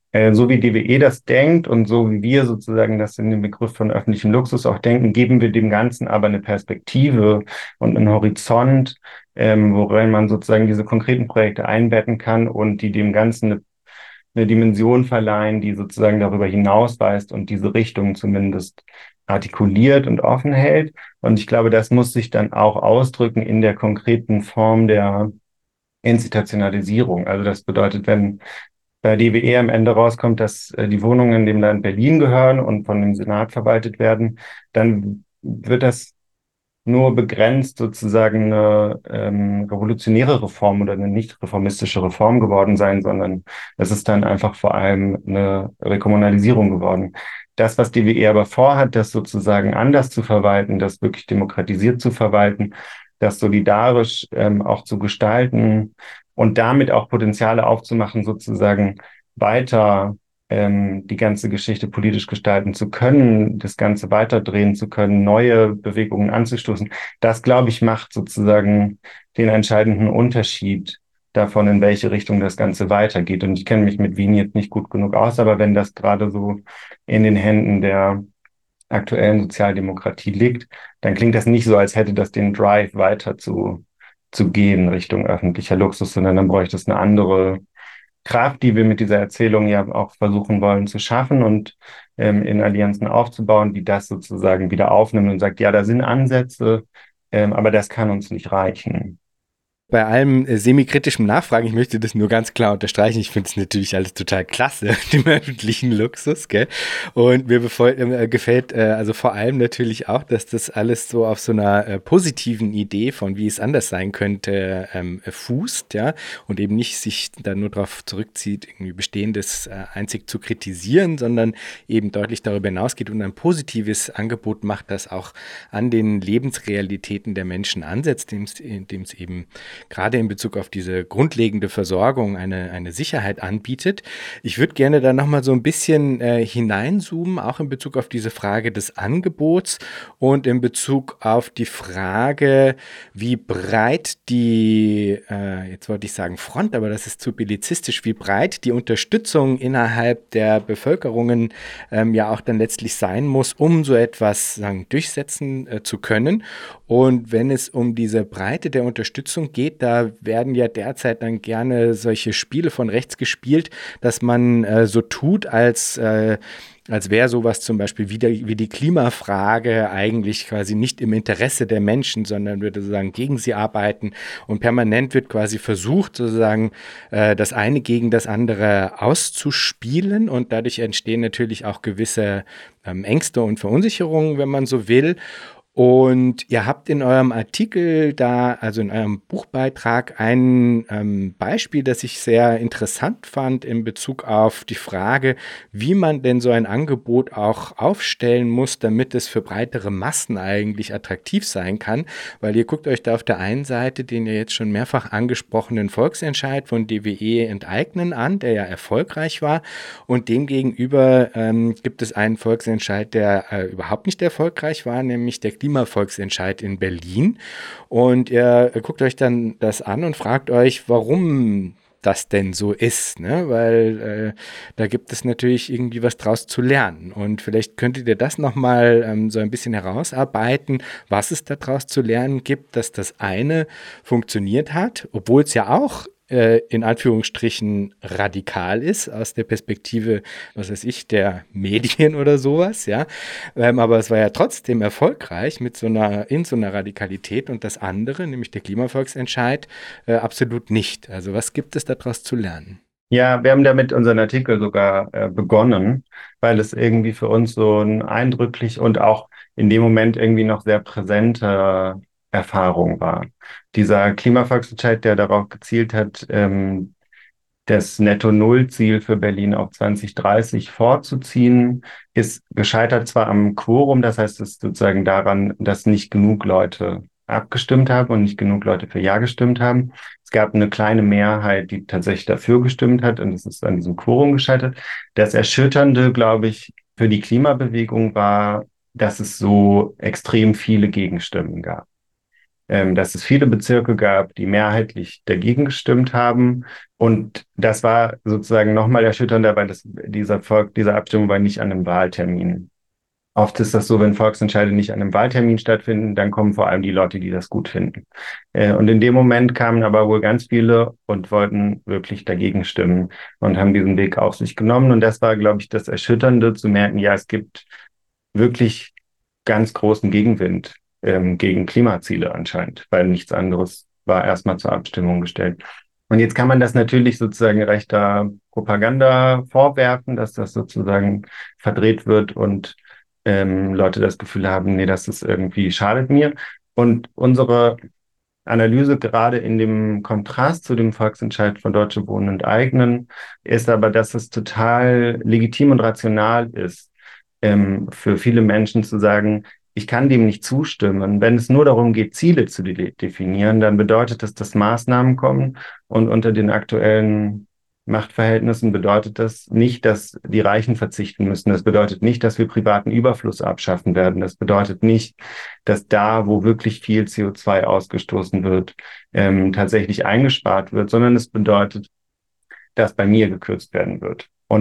So wie DWE das denkt und so wie wir sozusagen das in dem Begriff von öffentlichem Luxus auch denken, geben wir dem Ganzen aber eine Perspektive und einen Horizont, worin man sozusagen diese konkreten Projekte einbetten kann und die dem Ganzen eine Dimension verleihen, die sozusagen darüber hinausweist und diese Richtung zumindest artikuliert und offen hält. Und ich glaube, das muss sich dann auch ausdrücken in der konkreten Form der Institutionalisierung. Also das bedeutet, wenn bei DWE am Ende rauskommt, dass die Wohnungen dem Land Berlin gehören und von dem Senat verwaltet werden, dann wird das nur begrenzt sozusagen eine revolutionäre Reform oder eine nicht reformistische Reform geworden sein, sondern es ist dann einfach vor allem eine Rekommunalisierung geworden. Das, was DWE aber vorhat, das sozusagen anders zu verwalten, das wirklich demokratisiert zu verwalten, das solidarisch auch zu gestalten und damit auch Potenziale aufzumachen, sozusagen weiter die ganze Geschichte politisch gestalten zu können, das Ganze weiterdrehen zu können, neue Bewegungen anzustoßen. Das, glaube ich, macht sozusagen den entscheidenden Unterschied davon, in welche Richtung das Ganze weitergeht. Und ich kenne mich mit Wien jetzt nicht gut genug aus, aber wenn das gerade so in den Händen der aktuellen Sozialdemokratie liegt, dann klingt das nicht so, als hätte das den Drive weiter zu gehen Richtung öffentlicher Luxus, sondern dann bräuchte es eine andere Kraft, die wir mit dieser Erzählung ja auch versuchen wollen zu schaffen und in Allianzen aufzubauen, die das sozusagen wieder aufnimmt und sagt, ja, da sind Ansätze, aber das kann uns nicht reichen. Bei allem semi-kritischem Nachfragen, ich möchte das nur ganz klar unterstreichen, ich finde es natürlich alles total klasse, dem öffentlichen Luxus, gell? Und mir gefällt also vor allem natürlich auch, dass das alles so auf so einer positiven Idee von wie es anders sein könnte fußt, ja, und eben nicht sich da nur darauf zurückzieht, irgendwie Bestehendes einzig zu kritisieren, sondern eben deutlich darüber hinausgeht und ein positives Angebot macht, das auch an den Lebensrealitäten der Menschen ansetzt, indem es eben gerade in Bezug auf diese grundlegende Versorgung eine Sicherheit anbietet. Ich würde gerne da nochmal so ein bisschen hineinzoomen, auch in Bezug auf diese Frage des Angebots und in Bezug auf die Frage, wie breit die, jetzt wollte ich sagen Front, aber das ist zu bellizistisch, wie breit die Unterstützung innerhalb der Bevölkerungen ja auch dann letztlich sein muss, um so etwas durchsetzen zu können. Und wenn es um diese Breite der Unterstützung geht, da werden ja derzeit dann gerne solche Spiele von rechts gespielt, dass man so tut, als wäre sowas zum Beispiel wie die Klimafrage eigentlich quasi nicht im Interesse der Menschen, sondern würde sozusagen gegen sie arbeiten. Und permanent wird quasi versucht, sozusagen das eine gegen das andere auszuspielen. Und dadurch entstehen natürlich auch gewisse Ängste und Verunsicherungen, wenn man so will. Und ihr habt in eurem Artikel da, also in eurem Buchbeitrag, ein Beispiel, das ich sehr interessant fand in Bezug auf die Frage, wie man denn so ein Angebot auch aufstellen muss, damit es für breitere Massen eigentlich attraktiv sein kann. Weil ihr guckt euch da auf der einen Seite den ja jetzt schon mehrfach angesprochenen Volksentscheid von DWE enteignen an, der ja erfolgreich war. Und demgegenüber gibt es einen Volksentscheid, der überhaupt nicht erfolgreich war, nämlich der Klimavolksentscheid in Berlin. Und ihr guckt euch dann das an und fragt euch, warum das denn so ist, ne? Weil da gibt es natürlich irgendwie was draus zu lernen. Und vielleicht könntet ihr das nochmal so ein bisschen herausarbeiten, was es da draus zu lernen gibt, dass das eine funktioniert hat, obwohl es ja auch in Anführungsstrichen radikal ist, aus der Perspektive, was weiß ich, der Medien oder sowas, ja. Aber es war ja trotzdem erfolgreich in so einer Radikalität und das andere, nämlich der Klimavolksentscheid, absolut nicht. Also was gibt es daraus zu lernen? Ja, wir haben damit unseren Artikel sogar begonnen, weil es irgendwie für uns so ein eindrücklich und auch in dem Moment irgendwie noch sehr präsente Erfahrung war. Dieser Klimavolksentscheid, der darauf gezielt hat, das Netto-Null-Ziel für Berlin auf 2030 vorzuziehen, ist gescheitert zwar am Quorum, das heißt, es ist sozusagen daran, dass nicht genug Leute abgestimmt haben und nicht genug Leute für Ja gestimmt haben. Es gab eine kleine Mehrheit, die tatsächlich dafür gestimmt hat, und es ist an diesem Quorum gescheitert. Das Erschütternde, glaube ich, für die Klimabewegung war, dass es so extrem viele Gegenstimmen gab. Dass es viele Bezirke gab, die mehrheitlich dagegen gestimmt haben. Und das war sozusagen nochmal erschütternder, weil diese Abstimmung war nicht an einem Wahltermin. Oft ist das so, wenn Volksentscheide nicht an einem Wahltermin stattfinden, dann kommen vor allem die Leute, die das gut finden. Und in dem Moment kamen aber wohl ganz viele und wollten wirklich dagegen stimmen und haben diesen Weg auf sich genommen. Und das war, glaube ich, das Erschütternde zu merken, ja, es gibt wirklich ganz großen Gegenwind gegen Klimaziele anscheinend, weil nichts anderes war erstmal zur Abstimmung gestellt. Und jetzt kann man das natürlich sozusagen rechter Propaganda vorwerfen, dass das sozusagen verdreht wird und Leute das Gefühl haben, nee, das ist irgendwie schadet mir. Und unsere Analyse gerade in dem Kontrast zu dem Volksentscheid von Deutsche Wohnen enteignen ist aber, dass es total legitim und rational ist, für viele Menschen zu sagen, ich kann dem nicht zustimmen. Wenn es nur darum geht, Ziele zu definieren, dann bedeutet das, dass Maßnahmen kommen und unter den aktuellen Machtverhältnissen bedeutet das nicht, dass die Reichen verzichten müssen. Das bedeutet nicht, dass wir privaten Überfluss abschaffen werden. Das bedeutet nicht, dass da, wo wirklich viel CO2 ausgestoßen wird, tatsächlich eingespart wird, sondern es bedeutet, dass bei mir gekürzt werden wird. Und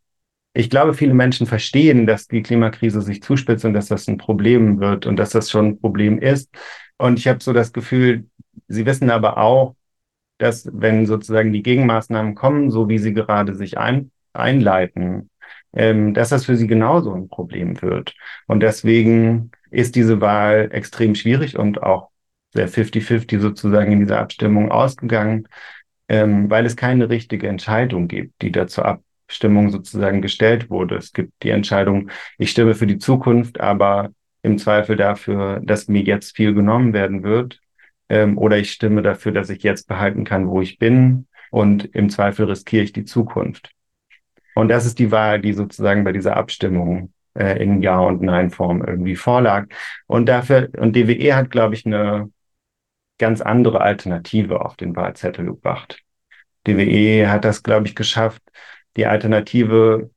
ich glaube, viele Menschen verstehen, dass die Klimakrise sich zuspitzt und dass das ein Problem wird und dass das schon ein Problem ist. Und ich habe so das Gefühl, sie wissen aber auch, dass wenn sozusagen die Gegenmaßnahmen kommen, so wie sie gerade sich einleiten, dass das für sie genauso ein Problem wird. Und deswegen ist diese Wahl extrem schwierig und auch sehr 50-50 sozusagen in dieser Abstimmung ausgegangen, weil es keine richtige Entscheidung gibt, die da zur Abstimmung sozusagen gestellt wurde. Es gibt die Entscheidung, ich stimme für die Zukunft, aber im Zweifel dafür, dass mir jetzt viel genommen werden wird, oder ich stimme dafür, dass ich jetzt behalten kann, wo ich bin, und im Zweifel riskiere ich die Zukunft. Und das ist die Wahl, die sozusagen bei dieser Abstimmung in Ja- und Nein-Form irgendwie vorlag. Und DWE hat, glaube ich, eine ganz andere Alternative auf den Wahlzettel gebracht. DWE hat das, glaube ich, geschafft. Die Alternative,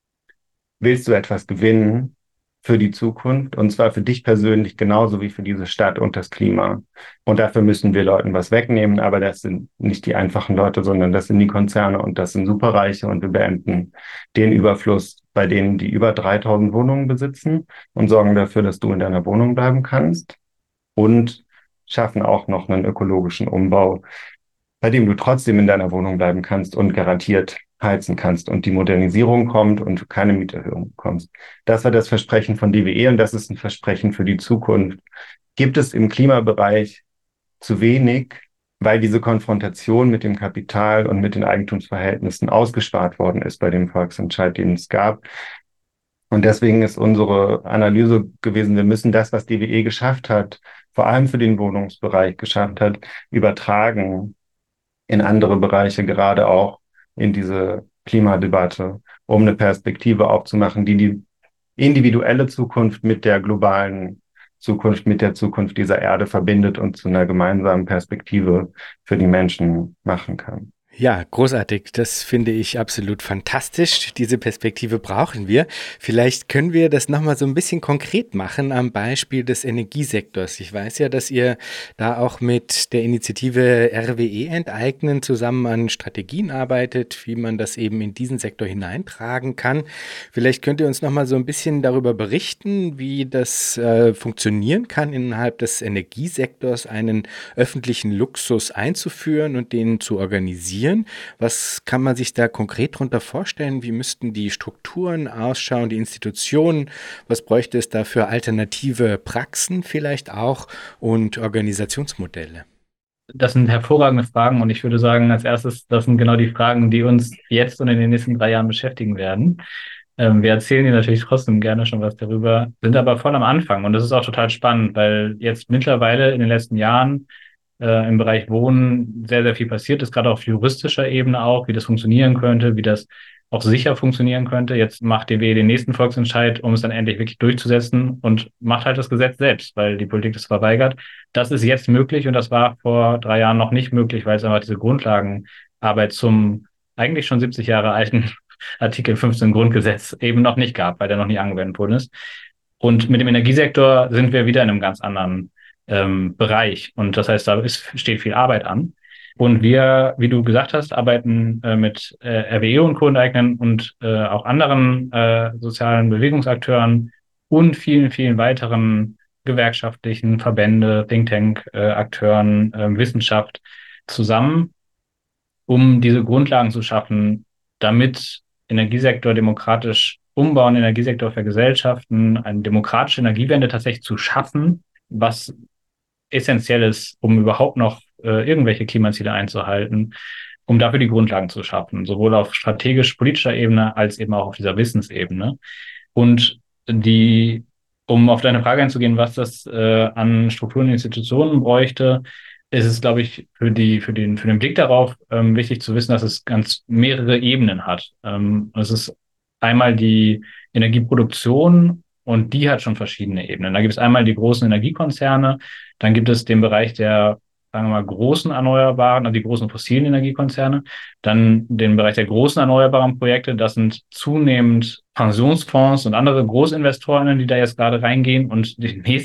willst du etwas gewinnen für die Zukunft? Und zwar für dich persönlich genauso wie für diese Stadt und das Klima. Und dafür müssen wir Leuten was wegnehmen. Aber das sind nicht die einfachen Leute, sondern das sind die Konzerne und das sind Superreiche. Und wir beenden den Überfluss bei denen, die über 3000 Wohnungen besitzen und sorgen dafür, dass du in deiner Wohnung bleiben kannst. Und schaffen auch noch einen ökologischen Umbau, bei dem du trotzdem in deiner Wohnung bleiben kannst und garantiert heizen kannst und die Modernisierung kommt und du keine Mieterhöhung bekommst. Das war das Versprechen von DWE und das ist ein Versprechen für die Zukunft. Gibt es im Klimabereich zu wenig, weil diese Konfrontation mit dem Kapital und mit den Eigentumsverhältnissen ausgespart worden ist bei dem Volksentscheid, den es gab. Und deswegen ist unsere Analyse gewesen, wir müssen das, was DWE geschafft hat, vor allem für den Wohnungsbereich geschafft hat, übertragen in andere Bereiche, gerade auch in diese Klimadebatte, um eine Perspektive aufzumachen, die die individuelle Zukunft mit der globalen Zukunft, mit der Zukunft dieser Erde verbindet und zu einer gemeinsamen Perspektive für die Menschen machen kann. Ja, großartig. Das finde ich absolut fantastisch. Diese Perspektive brauchen wir. Vielleicht können wir das nochmal so ein bisschen konkret machen am Beispiel des Energiesektors. Ich weiß ja, dass ihr da auch mit der Initiative RWE enteignen zusammen an Strategien arbeitet, wie man das eben in diesen Sektor hineintragen kann. Vielleicht könnt ihr uns nochmal so ein bisschen darüber berichten, wie das funktionieren kann, innerhalb des Energiesektors einen öffentlichen Luxus einzuführen und den zu organisieren. Was kann man sich da konkret darunter vorstellen? Wie müssten die Strukturen ausschauen, die Institutionen? Was bräuchte es da für alternative Praxen vielleicht auch und Organisationsmodelle? Das sind hervorragende Fragen und ich würde sagen, als erstes, das sind genau die Fragen, die uns jetzt und in den nächsten 3 Jahren beschäftigen werden. Wir erzählen Ihnen natürlich trotzdem gerne schon was darüber, sind aber voll am Anfang und das ist auch total spannend, weil jetzt mittlerweile in den letzten Jahren im Bereich Wohnen sehr, sehr viel passiert ist, gerade auf juristischer Ebene auch, wie das funktionieren könnte, wie das auch sicher funktionieren könnte. Jetzt macht DW den nächsten Volksentscheid, um es dann endlich wirklich durchzusetzen und macht halt das Gesetz selbst, weil die Politik das verweigert. Das ist jetzt möglich und das war vor 3 Jahren noch nicht möglich, weil es einfach diese Grundlagenarbeit zum eigentlich schon 70 Jahre alten Artikel 15 Grundgesetz eben noch nicht gab, weil der noch nie angewendet worden ist. Und mit dem Energiesektor sind wir wieder in einem ganz anderen Bereich. Und das heißt, steht viel Arbeit an. Und wir, wie du gesagt hast, arbeiten mit RWE und Co. und auch anderen sozialen Bewegungsakteuren und vielen, vielen weiteren gewerkschaftlichen Verbände, Think Tank Akteuren, Wissenschaft zusammen, um diese Grundlagen zu schaffen, damit Energiesektor demokratisch umbauen, Energiesektor vergesellschaften, eine demokratische Energiewende tatsächlich zu schaffen, was essentiell ist, um überhaupt noch irgendwelche Klimaziele einzuhalten, um dafür die Grundlagen zu schaffen, sowohl auf strategisch-politischer Ebene als eben auch auf dieser Wissensebene. Und die, um auf deine Frage einzugehen, was das an Strukturen und Institutionen bräuchte, ist es, glaube ich, für den Blick darauf wichtig zu wissen, dass es ganz mehrere Ebenen hat. Es ist einmal die Energieproduktion und die hat schon verschiedene Ebenen. Da gibt es einmal die großen Energiekonzerne, dann gibt es den Bereich der, sagen wir mal, großen Erneuerbaren, also die großen fossilen Energiekonzerne, dann den Bereich der großen erneuerbaren Projekte. Das sind zunehmend Pensionsfonds und andere Großinvestoren, die da jetzt gerade reingehen und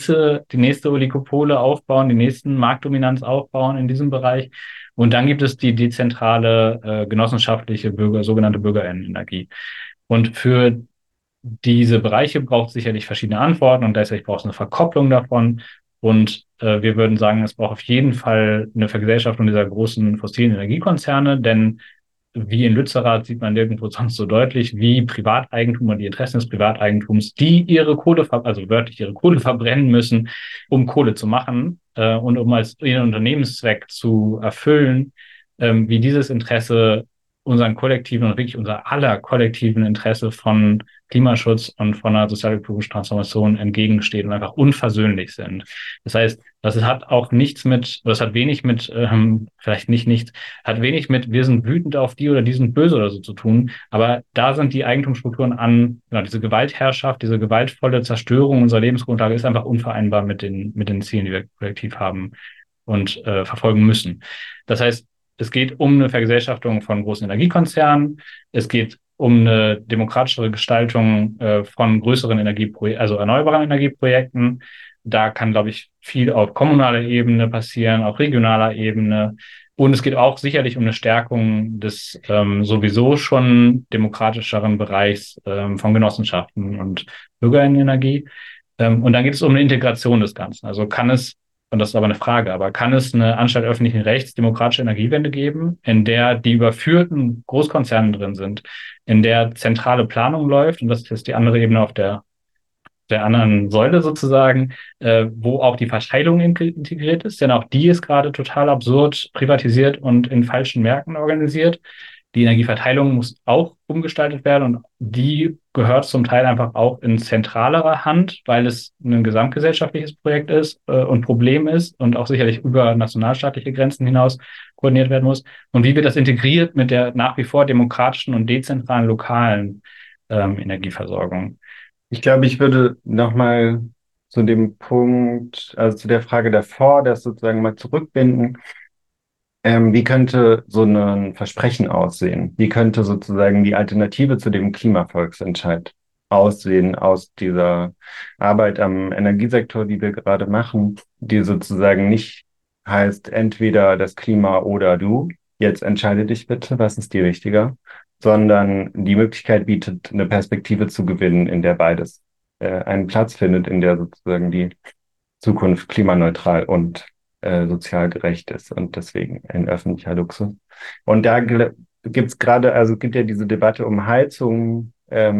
die nächste Oligopole aufbauen, die nächsten Marktdominanz aufbauen in diesem Bereich. Und dann gibt es die dezentrale, genossenschaftliche sogenannte Bürgerinnenenergie. Und für diese Bereiche braucht es sicherlich verschiedene Antworten und deswegen braucht es eine Verkopplung davon. Und wir würden sagen, es braucht auf jeden Fall eine Vergesellschaftung dieser großen fossilen Energiekonzerne, denn wie in Lützerath sieht man nirgendwo sonst so deutlich, wie Privateigentum und die Interessen des Privateigentums, die ihre also wörtlich ihre Kohle verbrennen müssen, um Kohle zu machen und um als ihren Unternehmenszweck zu erfüllen, wie dieses Interesse unseren kollektiven und wirklich unser aller kollektiven Interesse von Klimaschutz und von einer sozialökologischen Transformation entgegensteht und einfach unversöhnlich sind. Das heißt, das hat auch nichts mit, das hat wenig mit, vielleicht nicht nichts, hat wenig mit, wir sind wütend auf die oder die sind böse oder so zu tun. Aber da sind die Eigentumsstrukturen genau, diese Gewaltherrschaft, diese gewaltvolle Zerstörung unserer Lebensgrundlage ist einfach unvereinbar mit den Zielen, die wir kollektiv haben und verfolgen müssen. Das heißt, es geht um eine Vergesellschaftung von großen Energiekonzernen. Es geht um eine demokratischere Gestaltung von größeren Energieprojekten, also erneuerbaren Energieprojekten. Da kann, glaube ich, viel auf kommunaler Ebene passieren, auf regionaler Ebene. Und es geht auch sicherlich um eine Stärkung des sowieso schon demokratischeren Bereichs von Genossenschaften und Bürgerinnenenergie. Und dann geht es um eine Integration des Ganzen. Also kann es, und das ist aber eine Frage, aber kann es eine Anstalt öffentlichen Rechts demokratische Energiewende geben, in der die überführten Großkonzerne drin sind, in der zentrale Planung läuft, und das ist die andere Ebene auf der anderen Säule sozusagen, wo auch die Verteilung integriert ist, denn auch die ist gerade total absurd privatisiert und in falschen Märkten organisiert. Die Energieverteilung muss auch umgestaltet werden und die gehört zum Teil einfach auch in zentralerer Hand, weil es ein gesamtgesellschaftliches Projekt ist und Problem ist und auch sicherlich über nationalstaatliche Grenzen hinaus koordiniert werden muss. Und wie wird das integriert mit der nach wie vor demokratischen und dezentralen lokalen Energieversorgung? Ich glaube, ich würde nochmal zu dem Punkt, also zu der Frage davor, das sozusagen mal zurückbinden. Wie könnte so ein Versprechen aussehen? Wie könnte sozusagen die Alternative zu dem Klimavolksentscheid aussehen aus dieser Arbeit am Energiesektor, die wir gerade machen, die sozusagen nicht heißt, entweder das Klima oder du, jetzt entscheide dich bitte, was ist dir wichtiger, sondern die Möglichkeit bietet, eine Perspektive zu gewinnen, in der beides einen Platz findet, in der sozusagen die Zukunft klimaneutral und sozial gerecht ist und deswegen ein öffentlicher Luxus. Und da gibt's gerade, also gibt ja diese Debatte um Heizung.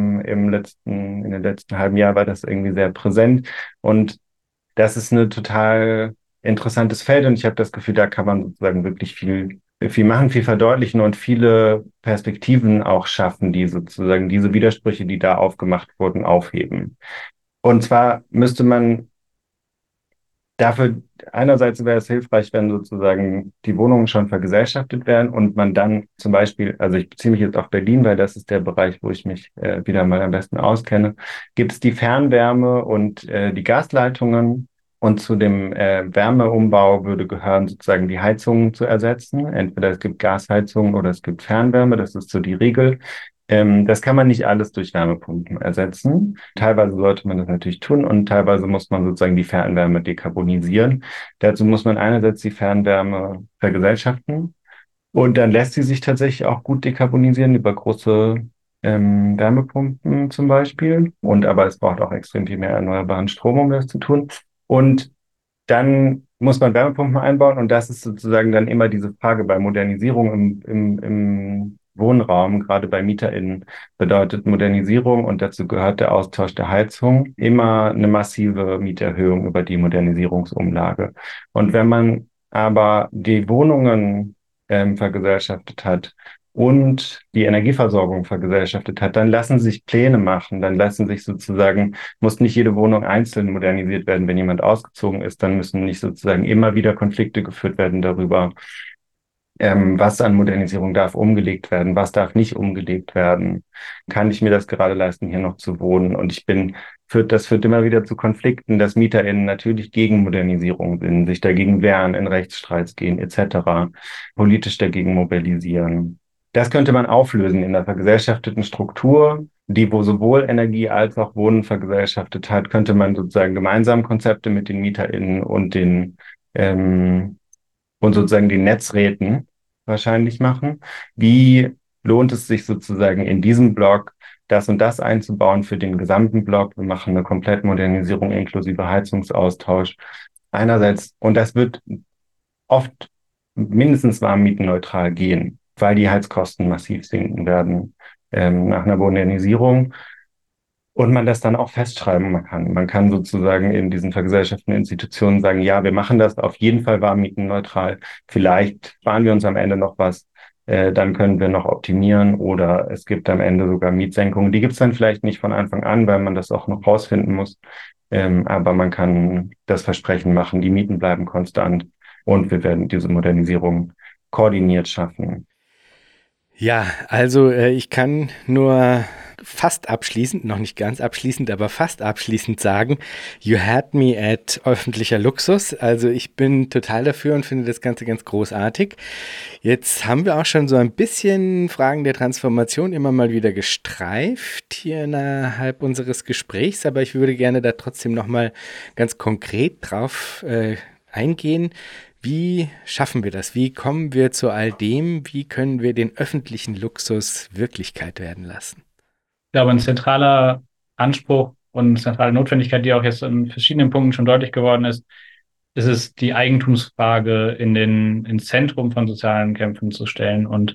In den letzten halben Jahr war das irgendwie sehr präsent. Und das ist ein total interessantes Feld. Und ich habe das Gefühl, da kann man sozusagen wirklich viel machen, viel verdeutlichen und viele Perspektiven auch schaffen, die sozusagen diese Widersprüche, die da aufgemacht wurden, aufheben. Und zwar müsste man dafür, einerseits wäre es hilfreich, wenn sozusagen die Wohnungen schon vergesellschaftet werden und man dann zum Beispiel, also ich beziehe mich jetzt auf Berlin, weil das ist der Bereich, wo ich mich wieder mal am besten auskenne, gibt es die Fernwärme und die Gasleitungen. Und zu dem Wärmeumbau würde gehören, sozusagen die Heizungen zu ersetzen. Entweder es gibt Gasheizungen oder es gibt Fernwärme, das ist so die Regel. Das kann man nicht alles durch Wärmepumpen ersetzen. Teilweise sollte man das natürlich tun und teilweise muss man sozusagen die Fernwärme dekarbonisieren. Dazu muss man einerseits die Fernwärme vergesellschaften und dann lässt sie sich tatsächlich auch gut dekarbonisieren über große Wärmepumpen zum Beispiel. Und aber es braucht auch extrem viel mehr erneuerbaren Strom, um das zu tun. Und dann muss man Wärmepumpen einbauen und das ist sozusagen dann immer diese Frage bei Modernisierung im Wohnraum, gerade bei MieterInnen, bedeutet Modernisierung und dazu gehört der Austausch der Heizung immer eine massive Mieterhöhung über die Modernisierungsumlage. Und wenn man aber die Wohnungen vergesellschaftet hat und die Energieversorgung vergesellschaftet hat, dann lassen sich Pläne machen, dann lassen sich sozusagen muss nicht jede Wohnung einzeln modernisiert werden, wenn jemand ausgezogen ist. Dann müssen nicht sozusagen immer wieder Konflikte geführt werden darüber, was an Modernisierung darf umgelegt werden, was darf nicht umgelegt werden. Kann ich mir das gerade leisten, hier noch zu wohnen? Und das führt immer wieder zu Konflikten, dass MieterInnen natürlich gegen Modernisierung sind, sich dagegen wehren, in Rechtsstreits gehen, etc., politisch dagegen mobilisieren. Das könnte man auflösen in der vergesellschafteten Struktur, die wo sowohl Energie als auch Wohnen vergesellschaftet hat, könnte man sozusagen gemeinsam Konzepte mit den MieterInnen ähm, und sozusagen den Netzräten wahrscheinlich machen. Wie lohnt es sich sozusagen in diesem Block das und das einzubauen für den gesamten Block? Wir machen eine Komplettmodernisierung inklusive Heizungsaustausch. Einerseits, und das wird oft mindestens warmmietneutral gehen, weil die Heizkosten massiv sinken werden nach einer Modernisierung. Und man das dann auch festschreiben kann. Man kann sozusagen in diesen vergesellschafteten Institutionen sagen, ja, wir machen das auf jeden Fall warmmietenneutral. Vielleicht sparen wir uns am Ende noch was, dann können wir noch optimieren oder es gibt am Ende sogar Mietsenkungen. Die gibt es dann vielleicht nicht von Anfang an, weil man das auch noch rausfinden muss. Aber man kann das Versprechen machen, die Mieten bleiben konstant und wir werden diese Modernisierung koordiniert schaffen. Ja, also ich kann nur fast abschließend, noch nicht ganz abschließend, aber fast abschließend sagen, you had me at öffentlicher Luxus. Also ich bin total dafür und finde das Ganze ganz großartig. Jetzt haben wir auch schon so ein bisschen Fragen der Transformation immer mal wieder gestreift hier innerhalb unseres Gesprächs, aber ich würde gerne da trotzdem nochmal ganz konkret drauf eingehen. Wie schaffen wir das? Wie kommen wir zu all dem? Wie können wir den öffentlichen Luxus Wirklichkeit werden lassen? Ich glaube, ein zentraler Anspruch und eine zentrale Notwendigkeit, die auch jetzt in verschiedenen Punkten schon deutlich geworden ist, ist es, die Eigentumsfrage ins Zentrum von sozialen Kämpfen zu stellen und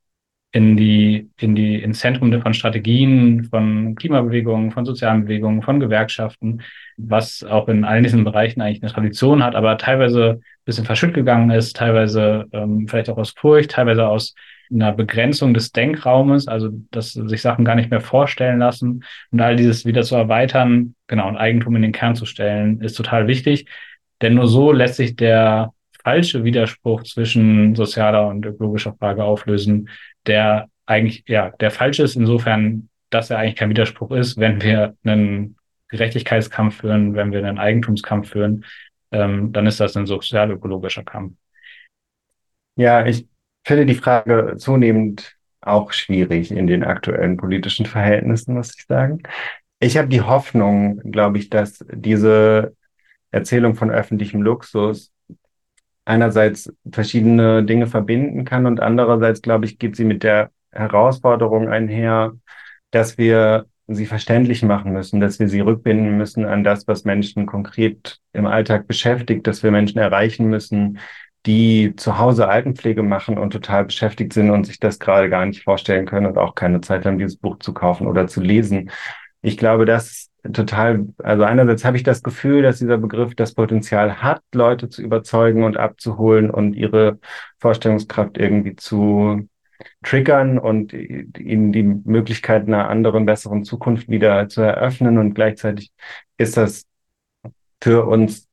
ins Zentrum von Strategien, von Klimabewegungen, von sozialen Bewegungen, von Gewerkschaften, was auch in allen diesen Bereichen eigentlich eine Tradition hat, aber teilweise ein bisschen verschütt gegangen ist, teilweise vielleicht auch aus Furcht, teilweise aus einer Begrenzung des Denkraumes, also dass sich Sachen gar nicht mehr vorstellen lassen und all dieses wieder zu erweitern, genau, und Eigentum in den Kern zu stellen, ist total wichtig, denn nur so lässt sich der falsche Widerspruch zwischen sozialer und ökologischer Frage auflösen, der eigentlich, ja, der falsch ist insofern, dass er eigentlich kein Widerspruch ist, wenn wir einen Gerechtigkeitskampf führen, wenn wir einen Eigentumskampf führen, dann ist das ein sozial-ökologischer Kampf. Ja, ich finde die Frage zunehmend auch schwierig in den aktuellen politischen Verhältnissen, muss ich sagen. Ich habe die Hoffnung, glaube ich, dass diese Erzählung von öffentlichem Luxus einerseits verschiedene Dinge verbinden kann und andererseits, glaube ich, geht sie mit der Herausforderung einher, dass wir sie verständlich machen müssen, dass wir sie rückbinden müssen an das, was Menschen konkret im Alltag beschäftigt, dass wir Menschen erreichen müssen, die zu Hause Altenpflege machen und total beschäftigt sind und sich das gerade gar nicht vorstellen können und auch keine Zeit haben, dieses Buch zu kaufen oder zu lesen. Ich glaube, das ist total, also einerseits habe ich das Gefühl, dass dieser Begriff das Potenzial hat, Leute zu überzeugen und abzuholen und ihre Vorstellungskraft irgendwie zu triggern und ihnen die Möglichkeit einer anderen, besseren Zukunft wieder zu eröffnen. Und gleichzeitig ist das für uns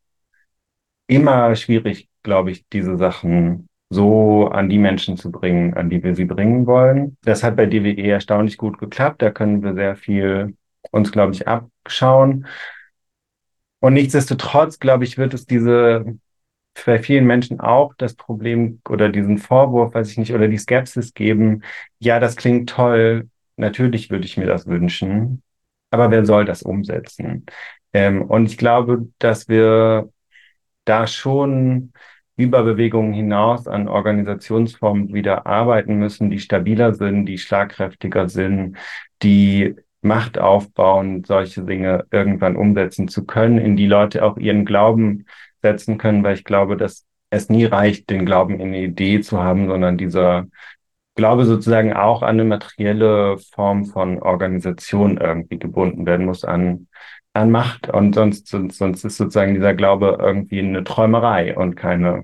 immer schwierig, glaube ich, diese Sachen so an die Menschen zu bringen, an die wir sie bringen wollen. Das hat bei DWE erstaunlich gut geklappt. Da können wir sehr viel uns, glaube ich, abschauen. Und nichtsdestotrotz, glaube ich, wird es bei vielen Menschen auch das Problem oder diesen Vorwurf, weiß ich nicht, oder die Skepsis geben. Ja, das klingt toll. Natürlich würde ich mir das wünschen. Aber wer soll das umsetzen? Und ich glaube, dass wir da schon über Bewegungen hinaus an Organisationsformen wieder arbeiten müssen, die stabiler sind, die schlagkräftiger sind, die Macht aufbauen, solche Dinge irgendwann umsetzen zu können, in die Leute auch ihren Glauben setzen können, weil ich glaube, dass es nie reicht, den Glauben in eine Idee zu haben, sondern dieser Glaube sozusagen auch an eine materielle Form von Organisation irgendwie gebunden werden muss an Macht. Und sonst ist sozusagen dieser Glaube irgendwie eine Träumerei und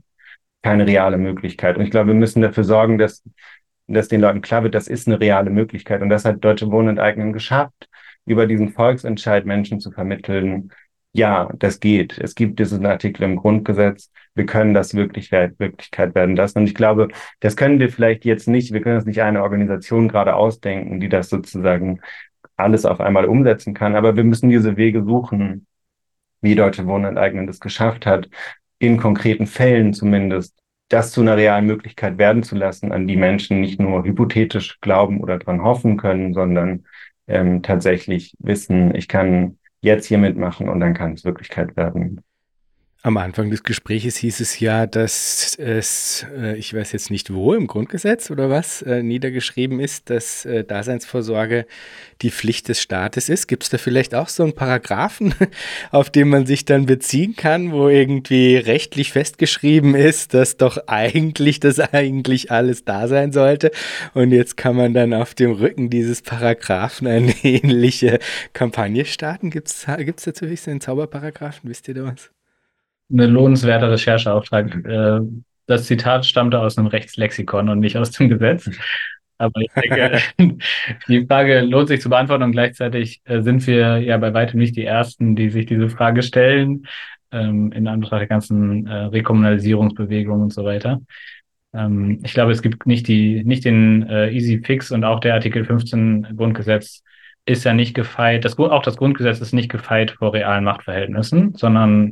keine reale Möglichkeit. Und ich glaube, wir müssen dafür sorgen, dass den Leuten klar wird, das ist eine reale Möglichkeit. Und das hat Deutsche Wohnen enteignen geschafft, über diesen Volksentscheid Menschen zu vermitteln, ja, das geht. Es gibt diesen Artikel im Grundgesetz. Wir können das Wirklichkeit werden lassen. Und ich glaube, das können wir vielleicht jetzt nicht, wir können uns nicht eine Organisation gerade ausdenken, die das sozusagen alles auf einmal umsetzen kann. Aber wir müssen diese Wege suchen, wie Deutsche Wohnen enteignen das geschafft hat, in konkreten Fällen zumindest, das zu einer realen Möglichkeit werden zu lassen, an die Menschen nicht nur hypothetisch glauben oder dran hoffen können, sondern tatsächlich wissen, ich kann jetzt hier mitmachen und dann kann es Wirklichkeit werden. Am Anfang des Gespräches hieß es ja, dass es, ich weiß jetzt nicht wo, im Grundgesetz oder was, niedergeschrieben ist, dass Daseinsvorsorge die Pflicht des Staates ist. Gibt es da vielleicht auch so einen Paragraphen, auf den man sich dann beziehen kann, wo irgendwie rechtlich festgeschrieben ist, dass doch eigentlich das eigentlich alles da sein sollte? Und jetzt kann man dann auf dem Rücken dieses Paragraphen eine ähnliche Kampagne starten. Gibt's dazu so einen Zauberparagraphen? Wisst ihr da was? Eine lohnenswerter Rechercheauftrag. Das Zitat stammte aus einem Rechtslexikon und nicht aus dem Gesetz. Aber ich denke, die Frage lohnt sich zu beantworten und gleichzeitig sind wir ja bei weitem nicht die Ersten, die sich diese Frage stellen, in Anbetracht der ganzen Rekommunalisierungsbewegung und so weiter. Ich glaube, es gibt nicht den Easy Fix und auch der Artikel 15 Grundgesetz ist ja nicht gefeit, auch das Grundgesetz ist nicht gefeit vor realen Machtverhältnissen, sondern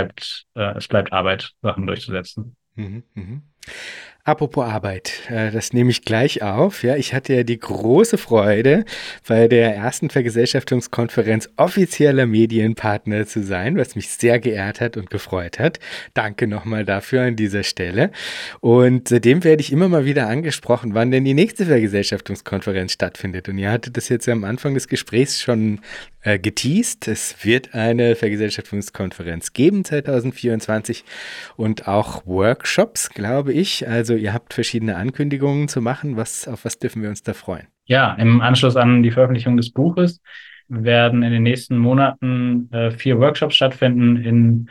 es bleibt Arbeit, Sachen durchzusetzen. Mhm, mhm. Apropos Arbeit, das nehme ich gleich auf. Ja, ich hatte ja die große Freude, bei der ersten Vergesellschaftungskonferenz offizieller Medienpartner zu sein, was mich sehr geehrt hat und gefreut hat. Danke nochmal dafür an dieser Stelle. Und seitdem werde ich immer mal wieder angesprochen, wann denn die nächste Vergesellschaftungskonferenz stattfindet. Und ihr hattet das jetzt am Anfang des Gesprächs schon geteased. Es wird eine Vergesellschaftungskonferenz geben 2024 und auch Workshops, glaube ich. Also ihr habt verschiedene Ankündigungen zu machen. Auf was dürfen wir uns da freuen? Ja, im Anschluss an die Veröffentlichung des Buches werden in den nächsten Monaten 4 Workshops stattfinden in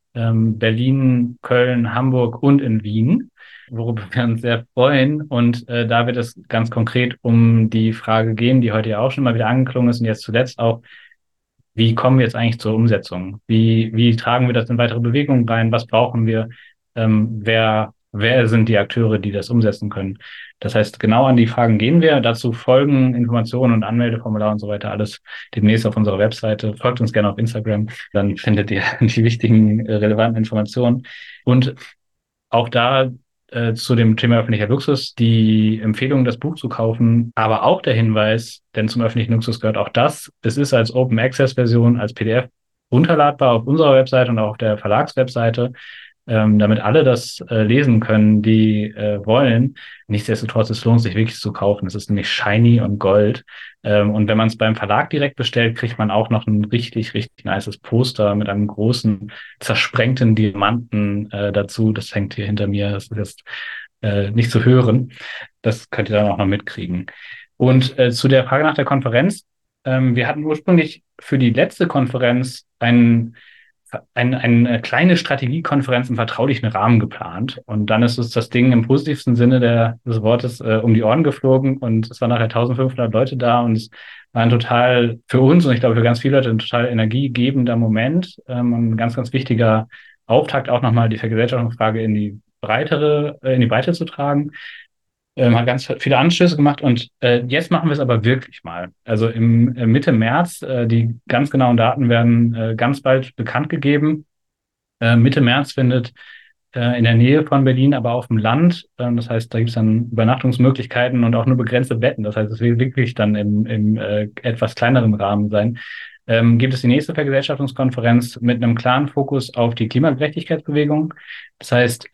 Berlin, Köln, Hamburg und in Wien, worüber wir uns sehr freuen. Und da wird es ganz konkret um die Frage gehen, die heute ja auch schon mal wieder angeklungen ist und jetzt zuletzt auch, wie kommen wir jetzt eigentlich zur Umsetzung? Wie tragen wir das in weitere Bewegungen rein? Was brauchen wir? Wer sind die Akteure, die das umsetzen können? Das heißt, genau an die Fragen gehen wir. Dazu folgen Informationen und Anmeldeformular und so weiter. Alles demnächst auf unserer Webseite. Folgt uns gerne auf Instagram. Dann findet ihr die wichtigen, relevanten Informationen. Und auch da zu dem Thema öffentlicher Luxus die Empfehlung, das Buch zu kaufen, aber auch der Hinweis, denn zum öffentlichen Luxus gehört auch das. Es ist als Open Access Version, als PDF runterladbar auf unserer Webseite und auch auf der Verlagswebseite, damit alle das lesen können, die wollen. Nichtsdestotrotz, es lohnt sich wirklich zu kaufen. Es ist nämlich shiny und Gold. Und wenn man es beim Verlag direkt bestellt, kriegt man auch noch ein richtig, richtig nices Poster mit einem großen, zersprengten Diamanten dazu. Das hängt hier hinter mir. Das ist jetzt nicht zu hören. Das könnt ihr dann auch noch mitkriegen. Und zu der Frage nach der Konferenz. Wir hatten ursprünglich für die letzte Konferenz eine kleine Strategiekonferenz im vertraulichen Rahmen geplant. Und dann ist uns das Ding im positivsten Sinne des Wortes um die Ohren geflogen und es waren nachher 1500 Leute da und es war ein total für uns und ich glaube für ganz viele Leute ein total energiegebender Moment und ein ganz, ganz wichtiger Auftakt auch nochmal die Vergesellschaftungsfrage in die Breite zu tragen. Hat ganz viele Anstöße gemacht und jetzt machen wir es aber wirklich mal. Also im Mitte März, die ganz genauen Daten werden ganz bald bekannt gegeben. Mitte März findet in der Nähe von Berlin, aber auf dem Land. Das heißt, da gibt es dann Übernachtungsmöglichkeiten und auch nur begrenzte Betten. Das heißt, es wird wirklich dann im etwas kleineren Rahmen sein. Gibt es die nächste Vergesellschaftungskonferenz mit einem klaren Fokus auf die Klimagerechtigkeitsbewegung. Das heißt,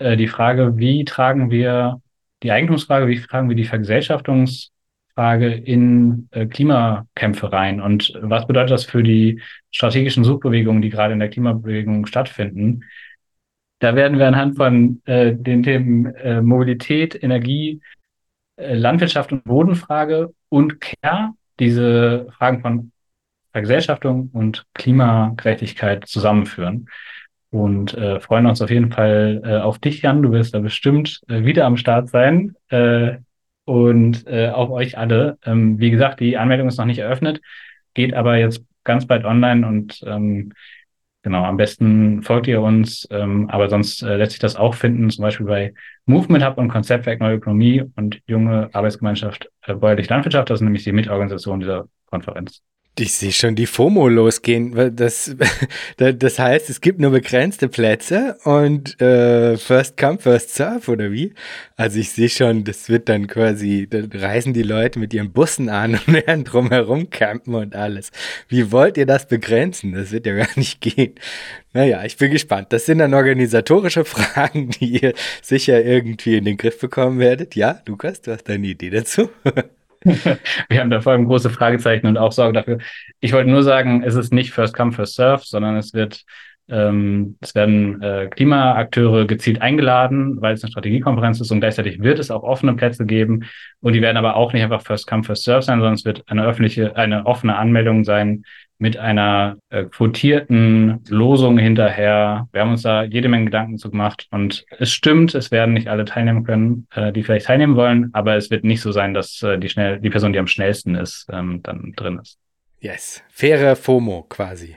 die Eigentumsfrage, wie tragen wir die Vergesellschaftungsfrage in Klimakämpfe rein und was bedeutet das für die strategischen Suchbewegungen, die gerade in der Klimabewegung stattfinden? Da werden wir anhand von den Themen Mobilität, Energie, Landwirtschaft und Bodenfrage und Care, diese Fragen von Vergesellschaftung und Klimagerechtigkeit zusammenführen. Und freuen uns auf jeden Fall auf dich, Jan. Du wirst da bestimmt wieder am Start sein. Und auf euch alle. Wie gesagt, die Anmeldung ist noch nicht eröffnet, geht aber jetzt ganz bald online und genau, am besten folgt ihr uns, aber sonst lässt sich das auch finden, zum Beispiel bei Movement Hub und Konzeptwerk Neue Ökonomie und Junge Arbeitsgemeinschaft Bäuerliche Landwirtschaft. Das ist nämlich die Mitorganisation dieser Konferenz. Ich sehe schon die FOMO losgehen. Das heißt, es gibt nur begrenzte Plätze und first come, first serve, oder wie? Also ich sehe schon, das wird dann quasi, da reisen die Leute mit ihren Bussen an und werden drumherum campen und alles. Wie wollt ihr das begrenzen? Das wird ja gar nicht gehen. Naja, ich bin gespannt. Das sind dann organisatorische Fragen, die ihr sicher irgendwie in den Griff bekommen werdet. Ja, Lukas, du hast da eine Idee dazu? Wir haben da vor allem große Fragezeichen und auch Sorge dafür. Ich wollte nur sagen, es ist nicht First Come, First Serve, sondern es werden Klimaakteure gezielt eingeladen, weil es eine Strategiekonferenz ist und gleichzeitig wird es auch offene Plätze geben und die werden aber auch nicht einfach First Come, First Serve sein, sondern es wird eine offene Anmeldung sein mit einer quotierten Losung hinterher. Wir haben uns da jede Menge Gedanken zu gemacht und es stimmt, es werden nicht alle teilnehmen können, die vielleicht teilnehmen wollen, aber es wird nicht so sein, dass die Person, die am schnellsten ist, dann drin ist. Yes, faire FOMO quasi.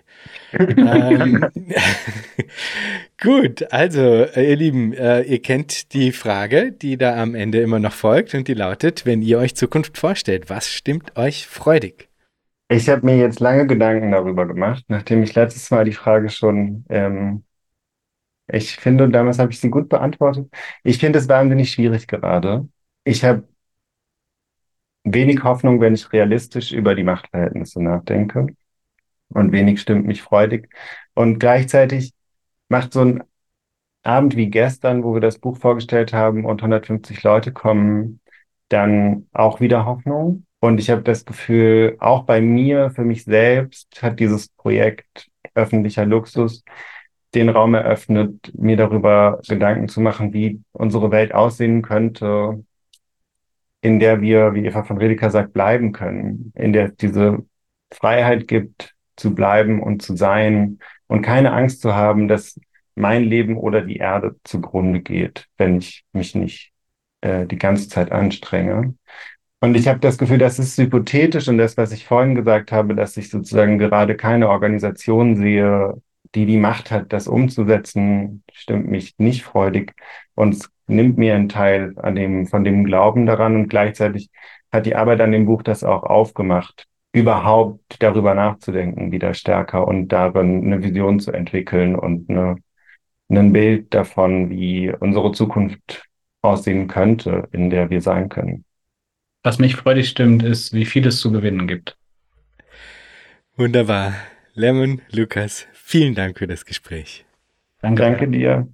Gut, also ihr Lieben, ihr kennt die Frage, die da am Ende immer noch folgt und die lautet, wenn ihr euch Zukunft vorstellt, was stimmt euch freudig? Ich habe mir jetzt lange Gedanken darüber gemacht, nachdem ich letztes Mal die Frage schon, ich finde, damals habe ich sie gut beantwortet. Ich finde es wahnsinnig schwierig gerade. Ich habe wenig Hoffnung, wenn ich realistisch über die Machtverhältnisse nachdenke und wenig stimmt mich freudig. Und gleichzeitig macht so ein Abend wie gestern, wo wir das Buch vorgestellt haben und 150 Leute kommen, dann auch wieder Hoffnung. Und ich habe das Gefühl, auch bei mir, für mich selbst, hat dieses Projekt öffentlicher Luxus den Raum eröffnet, mir darüber Gedanken zu machen, wie unsere Welt aussehen könnte, in der wir, wie Eva von Redeker sagt, bleiben können, in der es diese Freiheit gibt, zu bleiben und zu sein und keine Angst zu haben, dass mein Leben oder die Erde zugrunde geht, wenn ich mich nicht die ganze Zeit anstrenge. Und ich habe das Gefühl, das ist hypothetisch und das, was ich vorhin gesagt habe, dass ich sozusagen gerade keine Organisation sehe, die die Macht hat, das umzusetzen, stimmt mich nicht freudig und es nimmt mir einen Teil von dem Glauben daran und gleichzeitig hat die Arbeit an dem Buch das auch aufgemacht, überhaupt darüber nachzudenken, wieder stärker und darin eine Vision zu entwickeln und ein Bild davon, wie unsere Zukunft aussehen könnte, in der wir sein können. Was mich freudig stimmt, ist, wie viel es zu gewinnen gibt. Wunderbar. Lemon, Lukas, vielen Dank für das Gespräch. Danke dir.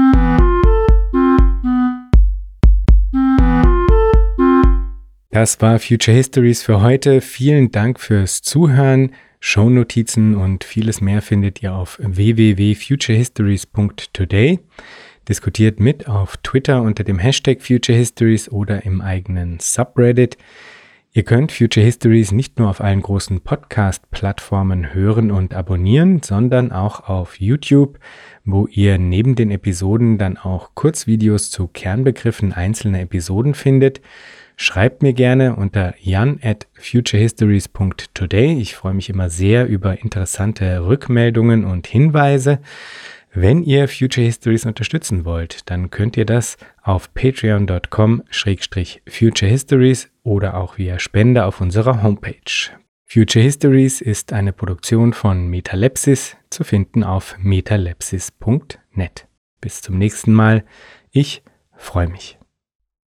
Das war Future Histories für heute. Vielen Dank fürs Zuhören. Shownotizen und vieles mehr findet ihr auf www.futurehistories.today. Diskutiert mit auf Twitter unter dem Hashtag Future Histories oder im eigenen Subreddit. Ihr könnt Future Histories nicht nur auf allen großen Podcast-Plattformen hören und abonnieren, sondern auch auf YouTube, wo ihr neben den Episoden dann auch Kurzvideos zu Kernbegriffen einzelner Episoden findet. Schreibt mir gerne unter jan@futurehistories.today. Ich freue mich immer sehr über interessante Rückmeldungen und Hinweise. Wenn ihr Future Histories unterstützen wollt, dann könnt ihr das auf patreon.com/futurehistories oder auch via Spende auf unserer Homepage. Future Histories ist eine Produktion von Metalepsis, zu finden auf metalepsis.net. Bis zum nächsten Mal. Ich freue mich.